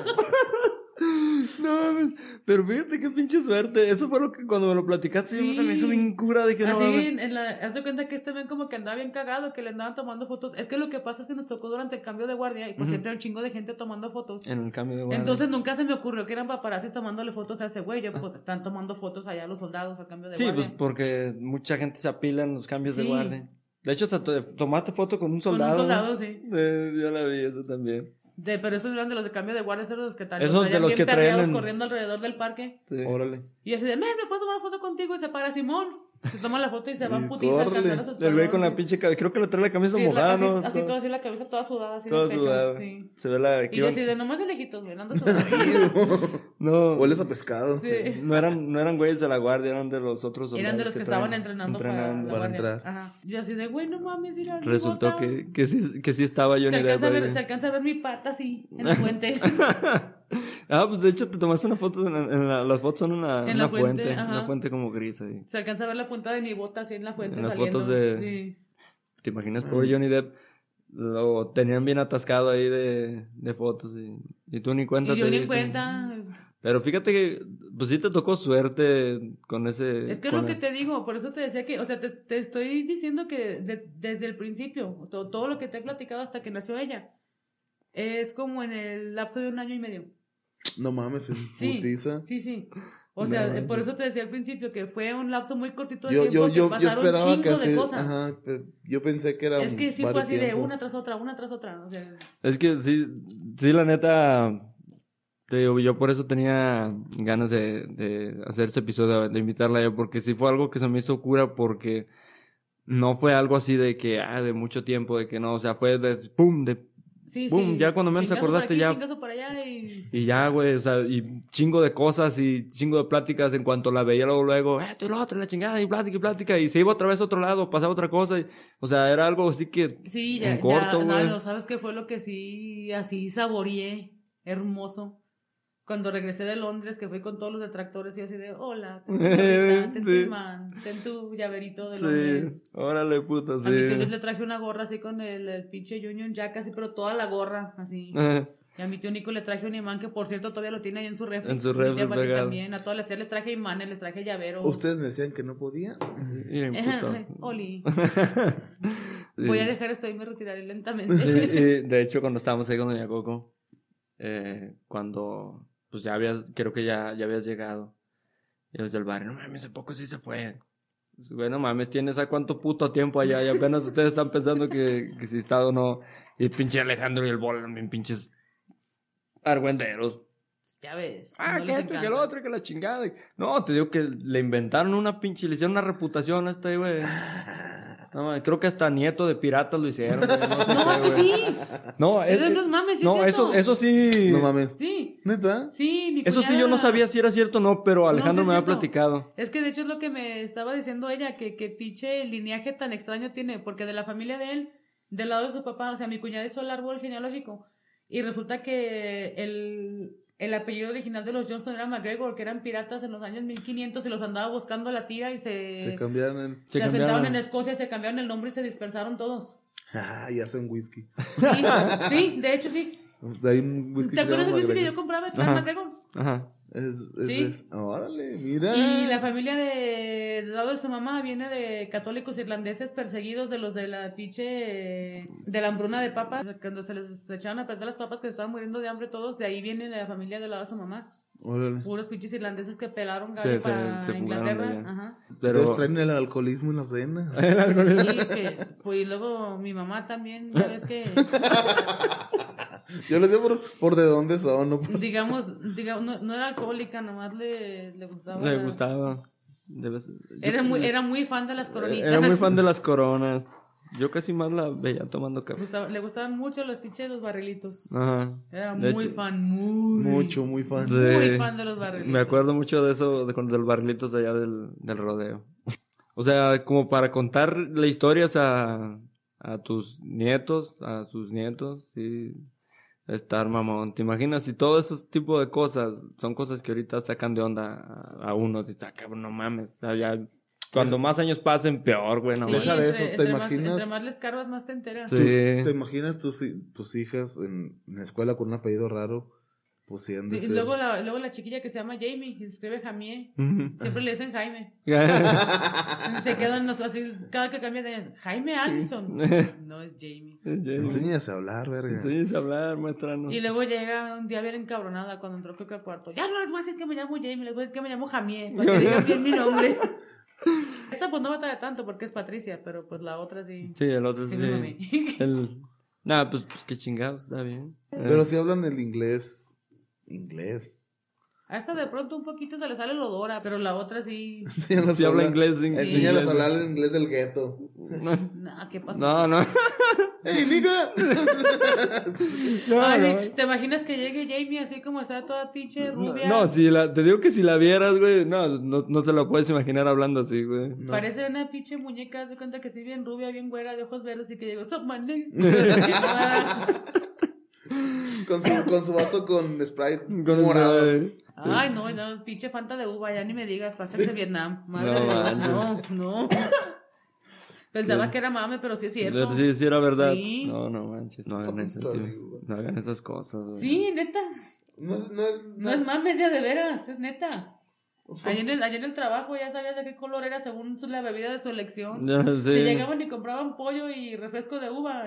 No mames, pero fíjate qué pinche suerte. Eso fue lo que cuando me lo platicaste se me hizo bien cura. Dije, no mames. Haz de cuenta que este men como que andaba bien cagado, que le andaban tomando fotos. Es que lo que pasa es que nos tocó durante el cambio de guardia y pues siempre hay un chingo de gente tomando fotos. En el cambio de guardia. Entonces nunca se me ocurrió que eran paparazzis tomándole fotos a ese güey. Yo pues están tomando fotos allá los soldados al cambio de guardia. Sí, pues porque mucha gente se apila en los cambios de guardia. De hecho, tomaste foto con un soldado. Con un soldado, sí. Yo la vi, eso también. Pero esos eran de los de cambio de guardia, esos los que traen. Esos de los que traen corriendo alrededor del parque. Sí. Órale. Y así de, ¿me puedo tomar una foto contigo? Y se para Simón. Se toma la foto y se va a putiza a alcanzar a sus el güey con la pinche cabeza, creo que le trae la camisa mojada, ¿no? Así todo así la cabeza toda sudada, así toda del pecho. Sudada. Sí. Se ve la... Y yo así de, nomás de lejitos, güey, ando sudando. No. Hueles a pescado. Sí. No eran güeyes de la guardia, eran de los otros soldados. Eran de los que estaban entrenando para entrar. Ajá. Yo así de, güey, no mames, mira. Resultó que sí estaba Johnny Depp. Se alcanza a ver mi pata así, en la fuente. Pues de hecho te tomaste una foto, las fotos son una fuente, una fuente como gris ahí. Se alcanza a ver la punta de mi bota así en la fuente en las saliendo. fotos de... Sí. ¿Te imaginas por Johnny Depp? Lo tenían bien atascado ahí de fotos y tú ni cuenta. Y yo ni cuenta. Pero fíjate que pues sí te tocó suerte con ese... Es que es lo que te digo, por eso te decía que, o sea, te estoy diciendo que desde el principio, todo lo que te he platicado hasta que nació ella, es como en el lapso de 1 año y medio. No mames, es putiza. Sí. O sea, por eso te decía al principio que fue un lapso muy cortito de tiempo que pasaron esperaba chingo que así, de cosas. Ajá, pero yo pensé que era es que sí fue así tiempo. de una tras otra, o sea. Es que sí, la neta, te digo, yo por eso tenía ganas de hacer ese episodio, de invitarla a ella, porque sí fue algo que se me hizo cura, porque no fue algo así de que, de mucho tiempo, de que no, o sea, fue de pum, pum, ya cuando menos acordaste ya. Por allá y ya, güey, o sea, y chingo de cosas y chingo de pláticas en cuanto la veía luego, esto y lo otro, la chingada, y plática, y se iba otra vez a otro lado, pasaba otra cosa, o sea, era algo así que en corto, güey. No, ¿sabes qué fue lo que sí, así saboreé, hermoso? Cuando regresé de Londres, que fui con todos los detractores y así de, hola, ten tu imán, ten tu llaverito de Londres. Sí, órale, puta, sí. A mi tío le traje una gorra así con el pinche Union Jack así, pero toda la gorra, así. Y a mi tío Nico le traje un imán que, por cierto, todavía lo tiene ahí en su refri. En su refri pegado. También, a todas las tías les traje imanes, les traje llavero. ¿Ustedes me decían que no podía? Sí, Oli. Sí. Voy a dejar esto y me retiraré lentamente. Y de hecho, cuando estábamos ahí con Doña Coco, cuando, pues creo que ya habías llegado. Y los del barrio, no mames, hace poco sí se fue. Güey, no mames, tienes a cuánto puto tiempo allá y apenas ustedes están pensando que si está o no. Y el pinche Alejandro y el Bola, bien pinches argüenderos. Ya ves. No que esto, que el otro, que la chingada. No, te digo que le inventaron una pinche, le hicieron una reputación a este güey. No, creo que hasta nieto de piratas lo hicieron. Güey, no, es que sí. No, eso no es mames, ¿sí? No, eso sí. No mames. Sí. ¿Neta? Sí, mi eso sí, yo no sabía si era cierto o no, pero Alejandro me había platicado. Es que de hecho es lo que me estaba diciendo ella, que pinche lineaje tan extraño tiene, porque de la familia de él, del lado de su papá, o sea, mi cuñada hizo el árbol genealógico, y resulta que el apellido original de los Johnston era McGregor, que eran piratas en los años 1500 y los andaba buscando la tira y se cambiaron. Se asentaron en Escocia, se cambiaron el nombre y se dispersaron todos. Y hacen whisky. Sí, de hecho sí. Hay un whisky. ¿Te acuerdas del whisky que yo compraba en McGregor? Ajá. Órale, mira. Y la familia del lado de su mamá viene de católicos irlandeses perseguidos de los de la pinche de la hambruna de papas, cuando se les echaron a perder las papas que se estaban muriendo de hambre todos, de ahí viene la familia del lado de su mamá. Órale. Puros pinches irlandeses que pelaron gallo para se Inglaterra. Ajá. Pero entonces traen el alcoholismo en la cena. Sí, pues y luego mi mamá también, ya ves que yo les digo por de dónde son, ¿no? Digamos no era alcohólica, nomás le gustaba. Le gustaba. Era muy fan de las coronitas. Era muy fan de las coronas. Yo casi más la veía tomando café. Le gustaban mucho los pinches de los barrilitos. Ajá. Era muy fan, muy fan. Muy fan de los barrilitos. Me acuerdo mucho de eso, del barrilitos allá del rodeo. O sea, como para contar las historias a tus nietos, a sus nietos, sí. Estar mamón. ¿Te imaginas si todo ese tipo de cosas son cosas que ahorita sacan de onda a uno? Dices, cabrón, no mames. O sea, ya, cuando más años pasen, peor, güey. No, deja de eso, ¿te imaginas? Entre más les cargas, más te enteras. Sí. ¿Te imaginas tus hijas en la escuela con un apellido raro? Pues sí, y luego la chiquilla que se llama Jamie, que se escribe Jamie, siempre le dicen Jaime. Se quedan así, cada que cambia de Jaime Allison. No, es Jamie. Enséñase a hablar, verga. Enséñase a hablar, muéstranos. Y luego llega un día bien encabronada cuando entró creo que al cuarto. Ya no les voy a decir que me llamo Jamie, les voy a decir que me llamo Jamie, para que digan bien mi nombre. Esta pues no batalla tanto porque es Patricia, pero pues la otra sí. Sí, el otro sí. Nada, pues qué chingados, está bien. Pero si hablan el inglés. A esta de pronto un poquito se le sale el odora, pero la otra sí. Sí habla inglés. Enséñalos a hablar el inglés del gueto. No, ¿qué pasa? No. ¡Ey, nigga! ¿Te imaginas que llegue Jamie así como está toda pinche rubia? No, te digo que si la vieras, güey, no te la puedes imaginar hablando así, güey. No. Parece una pinche muñeca, de cuenta que sí, bien rubia, bien güera, de ojos verdes y que llegó, ¡Stop, man! Con su vaso con Sprite morado. Ay, no, pinche Fanta de uva, ya ni me digas, pasarse de Vietnam. Madre de Dios, no. Pensaba que era mame, pero sí es cierto. Sí era verdad. Sí. No manches, no hagan eso, tío. No hagan esas cosas, güey. Sí, neta. No es mame, ya de veras, es neta. Allá en el trabajo ya sabías de qué color era según la bebida de su elección. Sí. Si llegaban y compraban pollo y refresco de uva.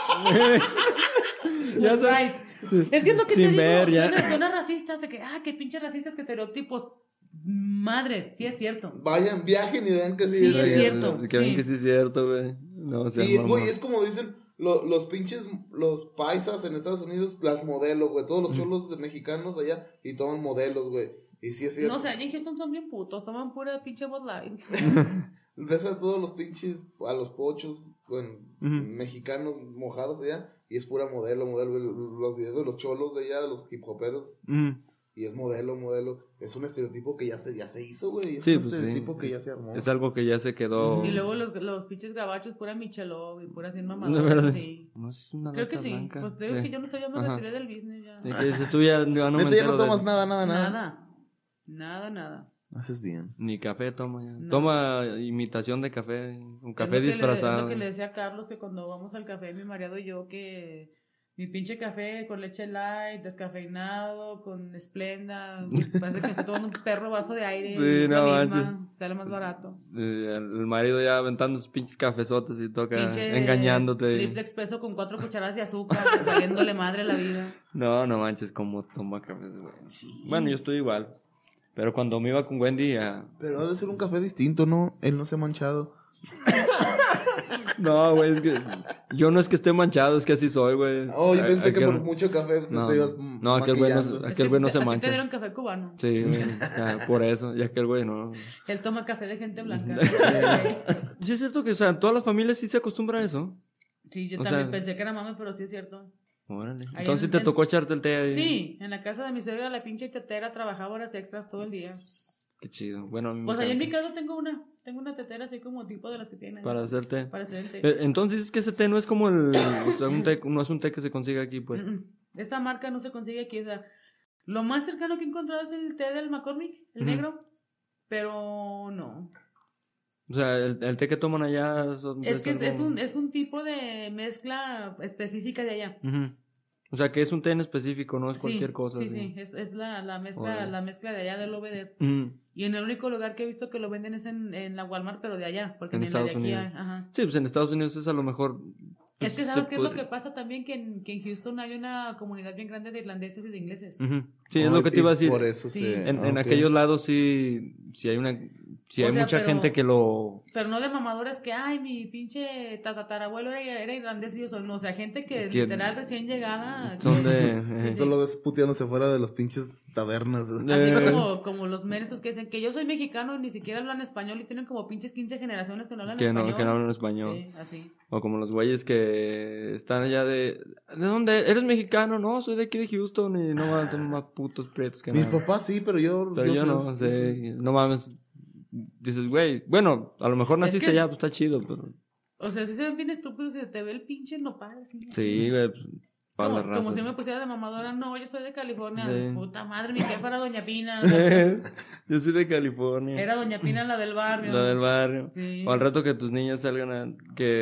Ya sabes. Es que es lo que Sin te ver, digo. ya. Suena racistas de que, qué pinche racistas, que estereotipos. Madres, sí es cierto. Vayan, viajen y vean que sí, Sí, es cierto. Si ven que sí es cierto, güey. No, o sea, sí, güey, es como dicen los pinches, los paisas en Estados Unidos, las modelos, güey. Todos los cholos mexicanos allá y toman modelos, güey. Y sí es cierto. No sé, allí en Houston son bien putos, toman pura pinche Bud Light. Ves a todos los pinches, a los pochos, bueno, mexicanos mojados allá, y es pura modelo, güey. Los videos de los cholos de allá, de los hip hoperos, y es modelo. Es un estereotipo que ya se hizo, güey. Es un estereotipo que ya se armó. Es algo que ya se quedó. Y luego los pinches gabachos, pura Michelov y pura sin mamadas. Sí. No es una Creo que sí. blanca. Pues te digo que yo no sé, yo me retiré del business ya. Y que si tú ya no me Neta, ya entero no tomas de... Nada. Haces bien. Ni café toma ya. No. Toma imitación de café, un café Es disfrazado. lo que le decía a Carlos, que cuando vamos al café, mi mareado y yo, que mi pinche café con leche light, descafeinado, con Splenda, parece que estoy tomando un perro vaso de aire. Sí, y es no la misma, manches. sale más barato. El marido ya aventando sus pinches cafezotes y toca Pinche engañándote. Trip de expreso con 4 cucharadas de azúcar, valiéndole madre la vida. No manches, como toma café. Bueno, yo estoy igual. Pero cuando me iba con Wendy a... Pero ha de ser un café distinto, ¿no? Él no se ha manchado. No, güey, es que... Yo no es que esté manchado, es que así soy, güey. Oh, yo pensé que por mucho café te ibas no, aquel güey no se A ti mancha. te dieron café cubano. Sí, güey, ya, por eso, ya que el güey no. Él toma café de gente blanca. Sí es cierto que, o sea, todas las familias sí se acostumbran a eso. Sí, yo O también sea, pensé que era mame, pero sí es cierto. Órale. Ahí Entonces te en- tocó echarte el té ahí. Sí, en la casa de mi suegra la pinche tetera trabajaba horas extras todo el día. Qué chido. Bueno, a mí me Pues ahí en mi encanta. casa tengo una tetera así como tipo de las que tienen. Para hacer té. Para hacer el té. Entonces es que ese té no es como el... O sea, un té, no es un té que se consigue aquí, pues. Esa marca no se consigue aquí, o sea, lo más cercano que he encontrado es el té del McCormick, el negro, pero no. O sea, el té que toman allá... Es que es un tipo de mezcla específica de allá. Ujú. O sea, que es un té en específico, no es Sí, cualquier cosa. Sí, así. sí, es la mezcla, Órale. la mezcla de allá del Obeder. Ujú. Y en el único lugar que he visto que lo venden es en la Walmart, pero de allá, porque En ni en la de Estados aquí Unidos. hay, ajá. Sí, pues en Estados Unidos es a lo mejor... Es que pues, sabes se qué es lo puede- que pasa también, que en Houston hay una comunidad bien grande de irlandeses y de ingleses. Ujú. Sí, es lo que te iba a decir. Por eso Sí. En aquellos lados sí hay una... Sí, O hay sea, mucha pero- gente que lo... Pero no de mamadores que, ay, mi pinche tatarabuelo era irlandés y yo soy. No, o sea, gente que Que- literal recién llegada. Son de... Sí, sí. Solo ves puteándose fuera de los pinches tabernas. Así como los men estos que dicen que yo soy mexicano y ni siquiera hablan español y tienen como pinches 15 generaciones que no hablan español. que no hablan español. Sí, así. O como los güeyes que están allá de... ¿De dónde? ¿Eres mexicano? No, soy de aquí de Houston y no mames, son más putos prietos que Mis nada. papás sí, pero yo Pero yo no, soy- sé, no mames. Dices, güey, bueno, a lo mejor Es naciste que- allá, pues está chido, pero... O sea, sí se ven bien estúpidos y te ve el pinche nopal así. Sí, güey, pues, para la Como raza. si me pusiera de mamadora. No, yo soy de California. Sí. Puta madre, mi jefa era Doña Pina. O sea, Yo soy de California. era Doña Pina la del barrio. La del barrio. Sí. O al rato que tus niñas salgan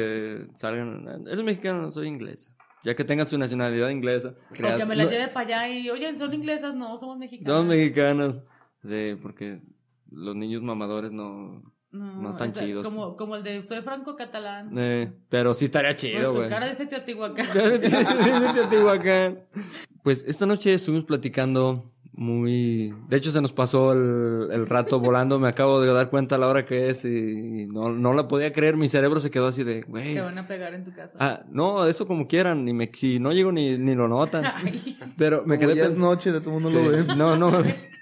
eres mexicano, no soy inglesa. Ya que tengan su nacionalidad inglesa. O que me no- las lleve para allá y, oye, son inglesas, no, somos mexicanas. Somos mexicanos. Sí, porque los niños mamadores no tan o sea, chidos. Como el de soy franco-catalán. Pero sí estaría Pues chido, tu güey. cara dice Teotihuacán. Teotihuacán. Pues esta noche estuvimos platicando muy... De hecho se nos pasó el rato volando. Me acabo de dar cuenta a la hora que es y no la podía creer. Mi cerebro se quedó así de, güey. Te van a pegar en tu casa. Ah, no, eso como quieran. Si no llego ni lo notan. Ay. Pero me Como quedé ya es pens- noche, de todo el mundo Sí. lo ve. No.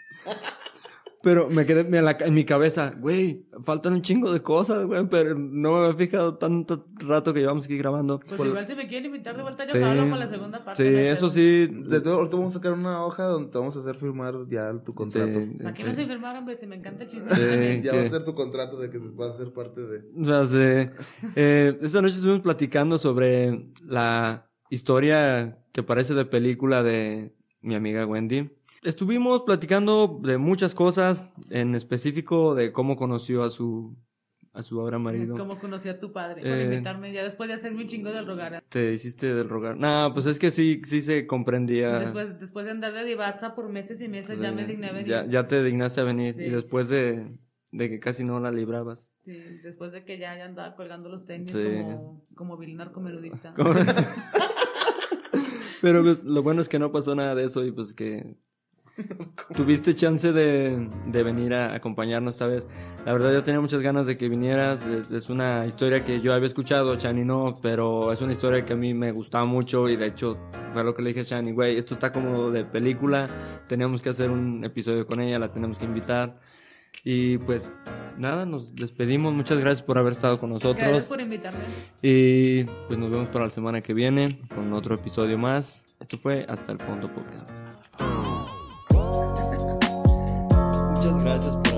Pero me quedé en mi cabeza, güey, faltan un chingo de cosas, güey, pero no me había fijado tanto rato que llevamos aquí grabando. Pues igual si me quieren invitar de vuelta, yo Sí. hablo para la segunda parte. Sí, no hay eso pedo. sí. Desde ahorita vamos a sacar una hoja donde te vamos a hacer firmar ya tu contrato. Sí, ¿Para qué no se firmaron, hombre? Si me encanta el chisme. Sí. Ya ¿qué? va a ser tu contrato de que vas a ser parte de... Ya sé. Esta noche estuvimos platicando sobre la historia que parece de película de mi amiga Wendy. Estuvimos platicando de muchas cosas, en específico de cómo conoció a su a su ahora marido. ¿Cómo conocí a tu padre? Por invitarme, ya después de hacerme un chingo del rogar. Te hiciste del rogar. No, pues es que sí se comprendía. Después de andar de divaza por meses y meses, ya me digné a venir. Ya te dignaste a venir. Sí. Y después de que casi no la librabas. Sí, después de que ya andaba colgando los tenis como vil narcomelodista. Pero pues, lo bueno es que no pasó nada de eso y pues que tuviste chance de venir a acompañarnos esta vez. La verdad yo tenía muchas ganas de que vinieras. Es una historia que yo había escuchado, Chani no, pero es una historia que a mí me gustaba mucho y de hecho fue lo que le dije a Chani, güey, esto está como de película, tenemos que hacer un episodio con ella, la tenemos que invitar. Y pues nada, nos despedimos. Muchas gracias por haber estado con nosotros. Gracias por invitarme. Y pues nos vemos para la semana que viene con otro episodio más. Esto fue Hasta el Fondo Podcast. Muchas gracias por